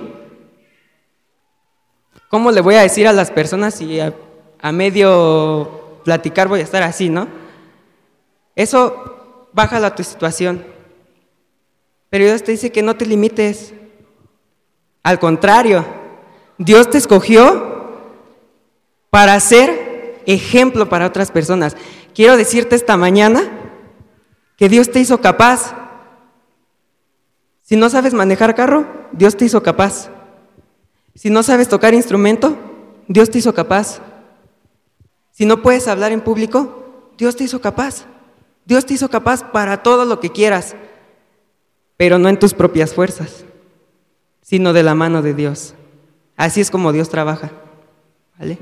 ¿Cómo le voy a decir a las personas si a medio platicar voy a estar así, no? Eso, bájalo a tu situación. Pero Dios te dice que no te limites. Al contrario, Dios te escogió para ser ejemplo para otras personas. Quiero decirte esta mañana que Dios te hizo capaz. Si no sabes manejar carro, Dios te hizo capaz. Si no sabes tocar instrumento, Dios te hizo capaz. Si no puedes hablar en público, Dios te hizo capaz. Dios te hizo capaz para todo lo que quieras, pero no en tus propias fuerzas. sino de la mano de Dios. Así es como Dios trabaja, ¿vale?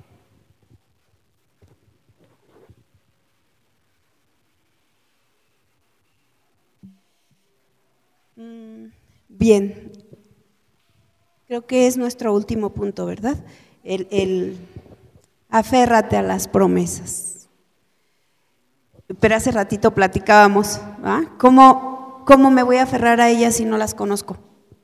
Bien, creo que es nuestro último punto, ¿verdad? El aférrate a las promesas. Pero hace ratito platicábamos, ¿ah? ¿Cómo me voy a aferrar a ellas si no las conozco?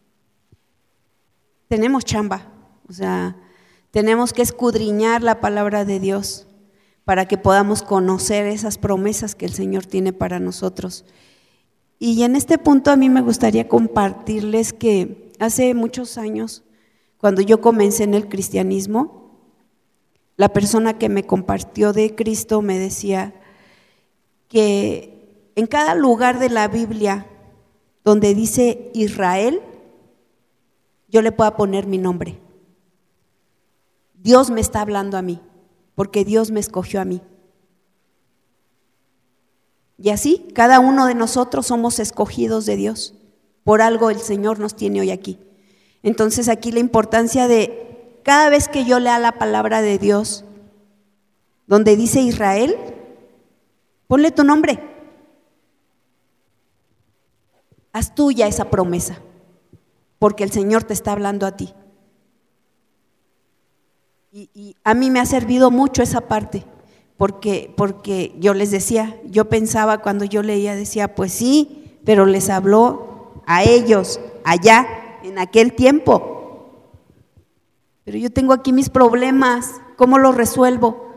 Tenemos chamba, o sea, tenemos que escudriñar la palabra de Dios para que podamos conocer esas promesas que el Señor tiene para nosotros. Y en este punto a mí me gustaría compartirles que hace muchos años, cuando yo comencé en el cristianismo, la persona que me compartió de Cristo me decía que en cada lugar de la Biblia donde dice Israel, yo le pueda poner mi nombre. Dios me está hablando a mí, porque Dios me escogió a mí. Y así, cada uno de nosotros somos escogidos de Dios. Por algo el Señor nos tiene hoy aquí. Entonces aquí la importancia de cada vez que yo lea la palabra de Dios, donde dice Israel, ponle tu nombre. Haz tuya esa promesa, porque el Señor te está hablando a ti. Y a mí me ha servido mucho esa parte, porque yo les decía, yo pensaba cuando yo leía, decía, pues sí, pero les habló a ellos allá, en aquel tiempo. Pero yo tengo aquí mis problemas, ¿cómo los resuelvo?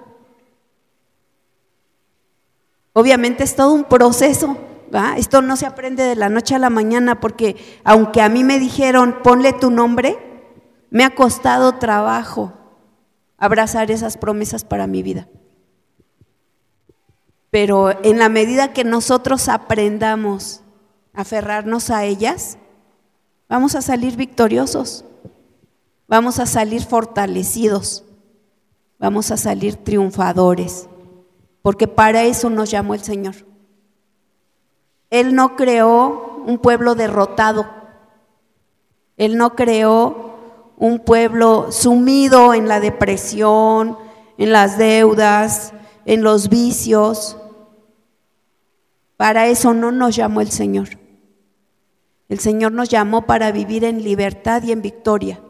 Obviamente es todo un proceso, ¿va? Esto no se aprende de la noche a la mañana, porque aunque a mí me dijeron, ponle tu nombre, me ha costado trabajo abrazar esas promesas para mi vida. Pero en la medida que nosotros aprendamos a aferrarnos a ellas, vamos a salir victoriosos, vamos a salir fortalecidos, vamos a salir triunfadores, porque para eso nos llamó el Señor. Él no creó un pueblo derrotado, Él no creó un pueblo sumido en la depresión, en las deudas, en los vicios. Para eso no nos llamó el Señor. El Señor nos llamó para vivir en libertad y en victoria,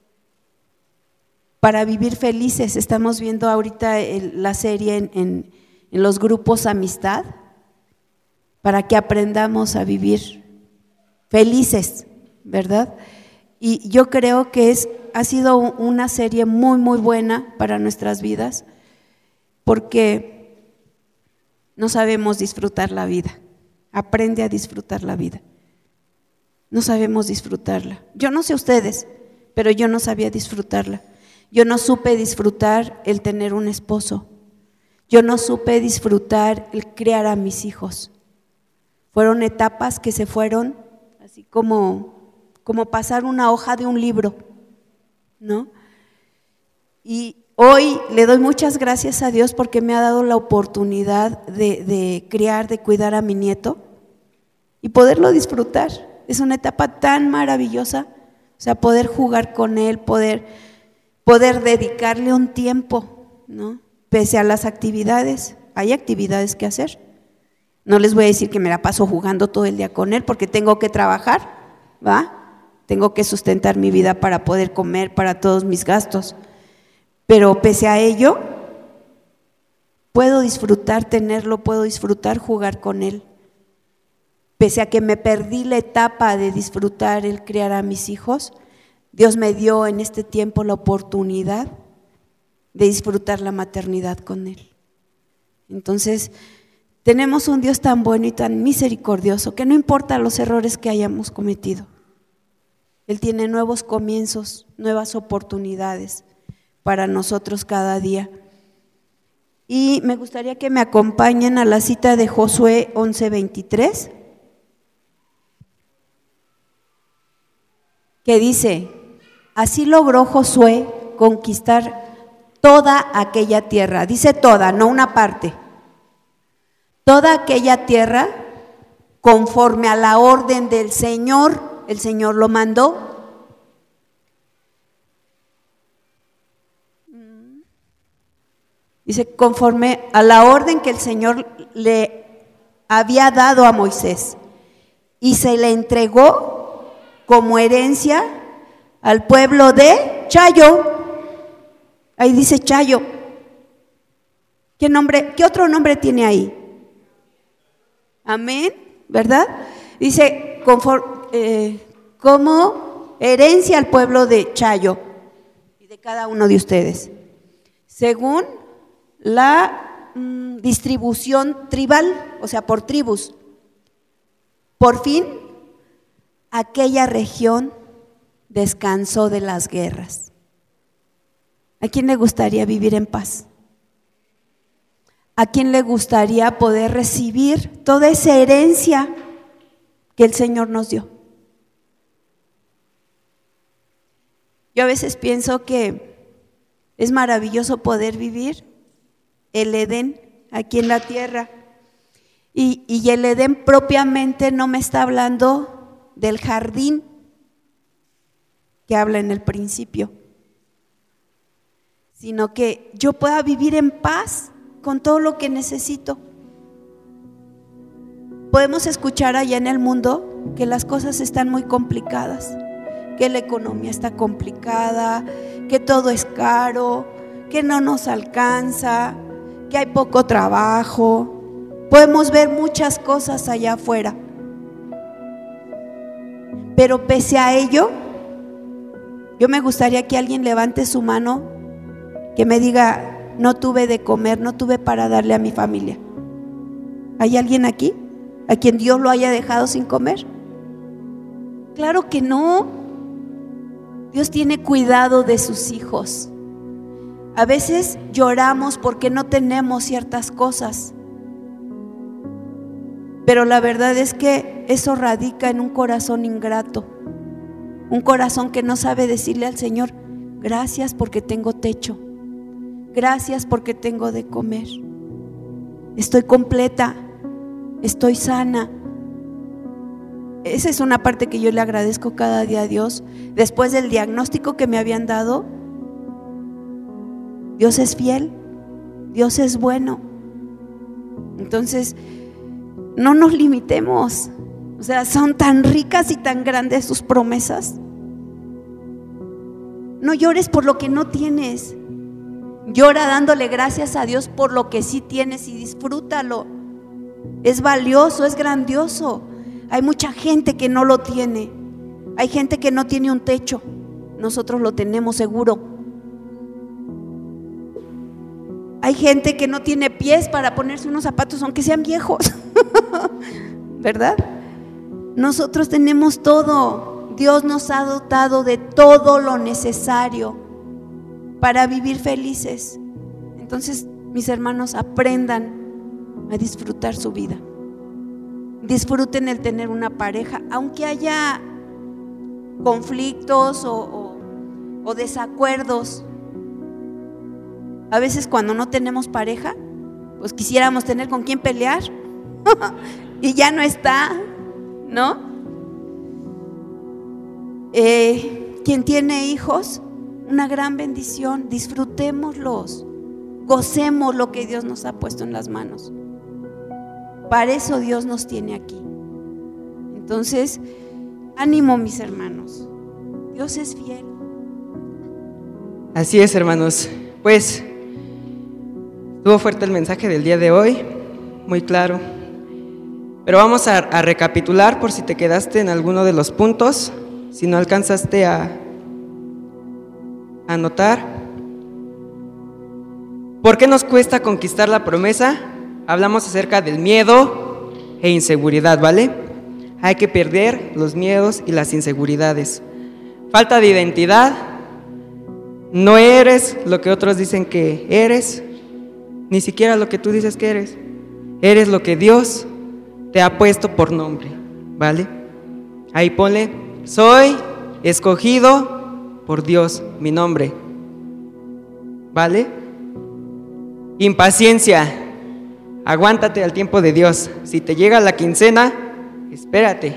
para vivir felices. Estamos viendo ahorita la serie en los grupos Amistad, para que aprendamos a vivir felices, ¿verdad? Y yo creo que ha sido una serie muy, muy buena para nuestras vidas, porque no sabemos disfrutar la vida. Aprende a disfrutar la vida. No sabemos disfrutarla. Yo no sé ustedes, pero yo no sabía disfrutarla. Yo no supe disfrutar el tener un esposo. Yo no supe disfrutar el criar a mis hijos. Fueron etapas que se fueron así como pasar una hoja de un libro, ¿no? Y hoy le doy muchas gracias a Dios porque me ha dado la oportunidad de criar, de cuidar a mi nieto y poderlo disfrutar. Es una etapa tan maravillosa, o sea, poder jugar con él, poder dedicarle un tiempo, ¿no? Pese a las actividades, hay actividades que hacer. No les voy a decir que me la paso jugando todo el día con él porque tengo que trabajar, ¿va? Tengo que sustentar mi vida para poder comer, para todos mis gastos. Pero pese a ello, puedo disfrutar tenerlo, puedo disfrutar jugar con él. Pese a que me perdí la etapa de disfrutar el criar a mis hijos, Dios me dio en este tiempo la oportunidad de disfrutar la maternidad con él. Entonces, tenemos un Dios tan bueno y tan misericordioso que no importa los errores que hayamos cometido. Él tiene nuevos comienzos, nuevas oportunidades para nosotros cada día. Y me gustaría que me acompañen a la cita de Josué 11:23, que dice: así logró Josué conquistar toda aquella tierra. Dice toda, no una parte. Toda aquella tierra conforme a la orden del Señor. El Señor lo mandó Dice, conforme a la orden que el Señor le había dado a Moisés, y se le entregó como herencia al pueblo de Chayo. Ahí dice Chayo. ¿Qué otro nombre tiene ahí? Amén, ¿verdad? Dice, como herencia al pueblo de Chayo y de cada uno de ustedes, según la distribución tribal, o sea, por tribus. Por fin, aquella región descansó de las guerras. ¿A quién le gustaría vivir en paz? ¿A quién le gustaría poder recibir toda esa herencia que el Señor nos dio? Yo a veces pienso que es maravilloso poder vivir el Edén aquí en la tierra. Y el Edén propiamente no me está hablando del jardín que habla en el principio, sino que yo pueda vivir en paz con todo lo que necesito. Podemos escuchar allá en el mundo que las cosas están muy complicadas, que la economía está complicada, que todo es caro, que no nos alcanza, que hay poco trabajo. Podemos ver muchas cosas allá afuera, pero pese a ello, yo me gustaría que alguien levante su mano, que me diga, no tuve de comer, no tuve para darle a mi familia. ¿Hay alguien aquí a quien Dios lo haya dejado sin comer? Claro que no. Dios tiene cuidado de sus hijos. A veces lloramos porque no tenemos ciertas cosas, pero la verdad es que eso radica en un corazón ingrato, un corazón que no sabe decirle al Señor, gracias porque tengo techo, gracias porque tengo de comer, estoy completa, estoy sana. Esa es una parte que yo le agradezco cada día a Dios. Después del diagnóstico que me habían dado, Dios es fiel, Dios es bueno. Entonces, no nos limitemos. O sea, son tan ricas y tan grandes sus promesas. No llores por lo que no tienes. Llora dándole gracias a Dios por lo que sí tienes y disfrútalo. Es valioso, es grandioso. Hay mucha gente que no lo tiene. Hay gente que no tiene un techo. Nosotros lo tenemos seguro. Hay gente que no tiene pies para ponerse unos zapatos aunque sean viejos. ¿Verdad? Nosotros tenemos todo. Dios nos ha dotado de todo lo necesario para vivir felices. Entonces, mis hermanos, aprendan a disfrutar su vida. Disfruten el tener una pareja, aunque haya conflictos o desacuerdos. A veces cuando no tenemos pareja, pues quisiéramos tener con quién pelear y ya no está, ¿no? Quien tiene hijos, una gran bendición, disfrutémoslos, gocemos lo que Dios nos ha puesto en las manos. Para eso Dios nos tiene aquí. Entonces, ánimo, mis hermanos, Dios es fiel. Así es, hermanos. Pues estuvo fuerte el mensaje del día de hoy, muy claro. Pero vamos a recapitular por si te quedaste en alguno de los puntos, si no alcanzaste a anotar. ¿Por qué nos cuesta conquistar la promesa? Hablamos acerca del miedo e inseguridad, ¿vale? Hay que perder los miedos y las inseguridades. Falta de identidad. No eres lo que otros dicen que eres, ni siquiera lo que tú dices que eres. Eres lo que Dios te ha puesto por nombre, ¿vale? Ahí ponle, soy escogido por Dios, mi nombre, ¿vale? Impaciencia. Aguántate al tiempo de Dios. Si te llega la quincena, espérate.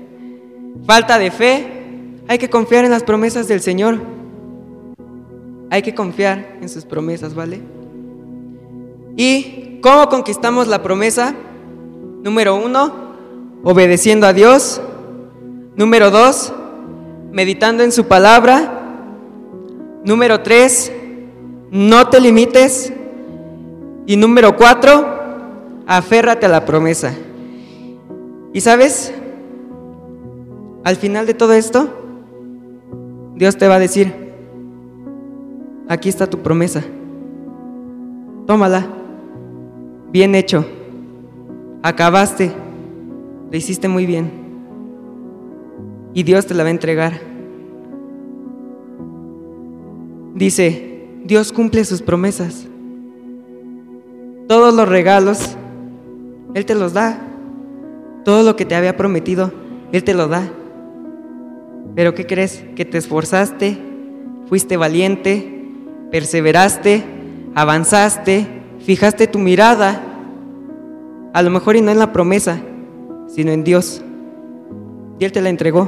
Falta de fe. Hay que confiar en las promesas del Señor. hay que confiar en sus promesas, ¿vale? ¿Y cómo conquistamos la promesa? Número 1, obedeciendo a Dios. Número 2, meditando en su palabra. Número 3, no te limites. Y número 4, aférrate a la promesa. Y sabes, al final de todo esto, Dios te va a decir: aquí está tu promesa, tómala, bien hecho, acabaste, lo hiciste muy bien. Y Dios te la va a entregar. Dice, Dios cumple sus promesas. Todos los regalos, Él te los da. Todo lo que te había prometido, Él te lo da. Pero ¿qué crees? Que te esforzaste, fuiste valiente, perseveraste, avanzaste, fijaste tu mirada, a lo mejor y no en la promesa, sino en Dios. Y Él te la entregó.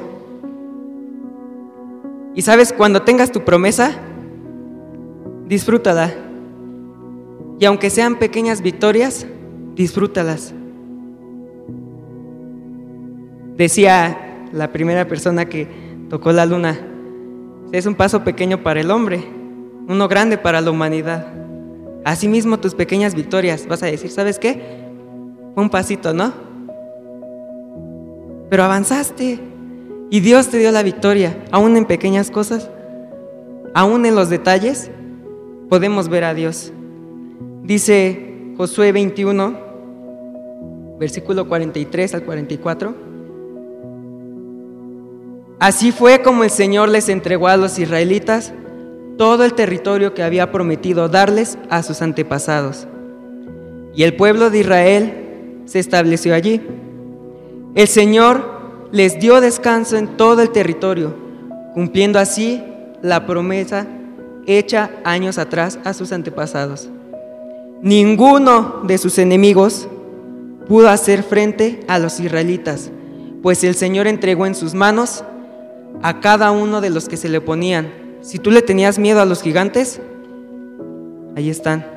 Y sabes, cuando tengas tu promesa, disfrútala. Y aunque sean pequeñas victorias, disfrútalas. Decía la primera persona que tocó la luna: es un paso pequeño para el hombre, uno grande para la humanidad. Asimismo, tus pequeñas victorias, vas a decir, ¿sabes qué? Fue un pasito, ¿no? Pero avanzaste y Dios te dio la victoria. Aún en pequeñas cosas, aún en los detalles, podemos ver a Dios. Dice Josué 21, versículo 43 al 44. Así fue como el Señor les entregó a los israelitas todo el territorio que había prometido darles a sus antepasados. Y el pueblo de Israel se estableció allí. El Señor les dio descanso en todo el territorio, cumpliendo así la promesa hecha años atrás a sus antepasados. Ninguno de sus enemigos pudo hacer frente a los israelitas, pues el Señor entregó en sus manos a cada uno de los que se le oponían. Si tú le tenías miedo a los gigantes, ahí están.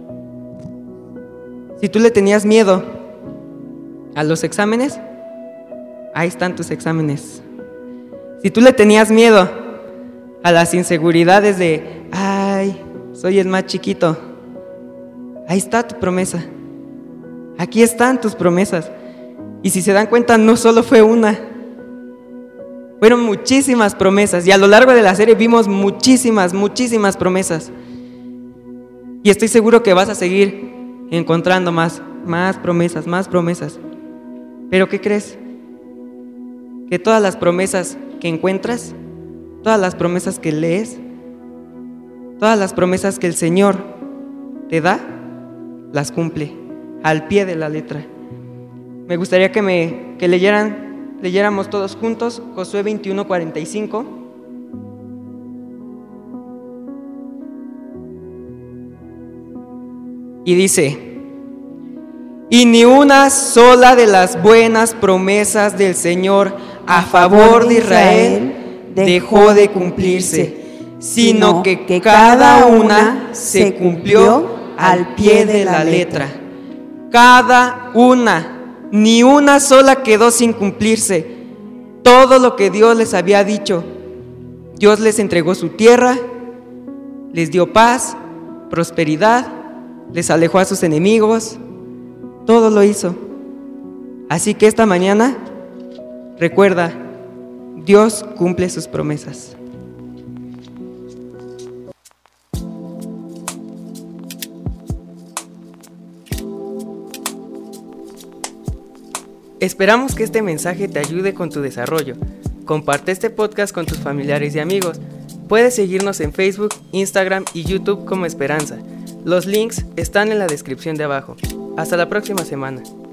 Si tú le tenías miedo a los exámenes, ahí están tus exámenes. Si tú le tenías miedo a las inseguridades de, ay, soy el más chiquito, ahí está tu promesa. Aquí están tus promesas. Y si se dan cuenta, no solo fue una, fueron muchísimas promesas. Y a lo largo de la serie vimos muchísimas promesas. Y estoy seguro que vas a seguir encontrando más promesas. Pero ¿qué crees? Que todas las promesas que encuentras, todas las promesas que lees, todas las promesas que el Señor te da, las cumple al pie de la letra. Me gustaría que leyéramos todos juntos Josué 21:45. Y dice: y ni una sola de las buenas promesas del Señor a favor de Israel dejó de cumplirse, sino que cada una se cumplió al pie de la letra. Cada una, ni una sola quedó sin cumplirse. Todo lo que Dios les había dicho. Dios les entregó su tierra, les dio paz, prosperidad, les alejó a sus enemigos. Todo lo hizo. Así que esta mañana, recuerda, Dios cumple sus promesas. Esperamos que este mensaje te ayude con tu desarrollo. Comparte este podcast con tus familiares y amigos. Puedes seguirnos en Facebook, Instagram y YouTube como Esperanza. Los links están en la descripción de abajo. Hasta la próxima semana.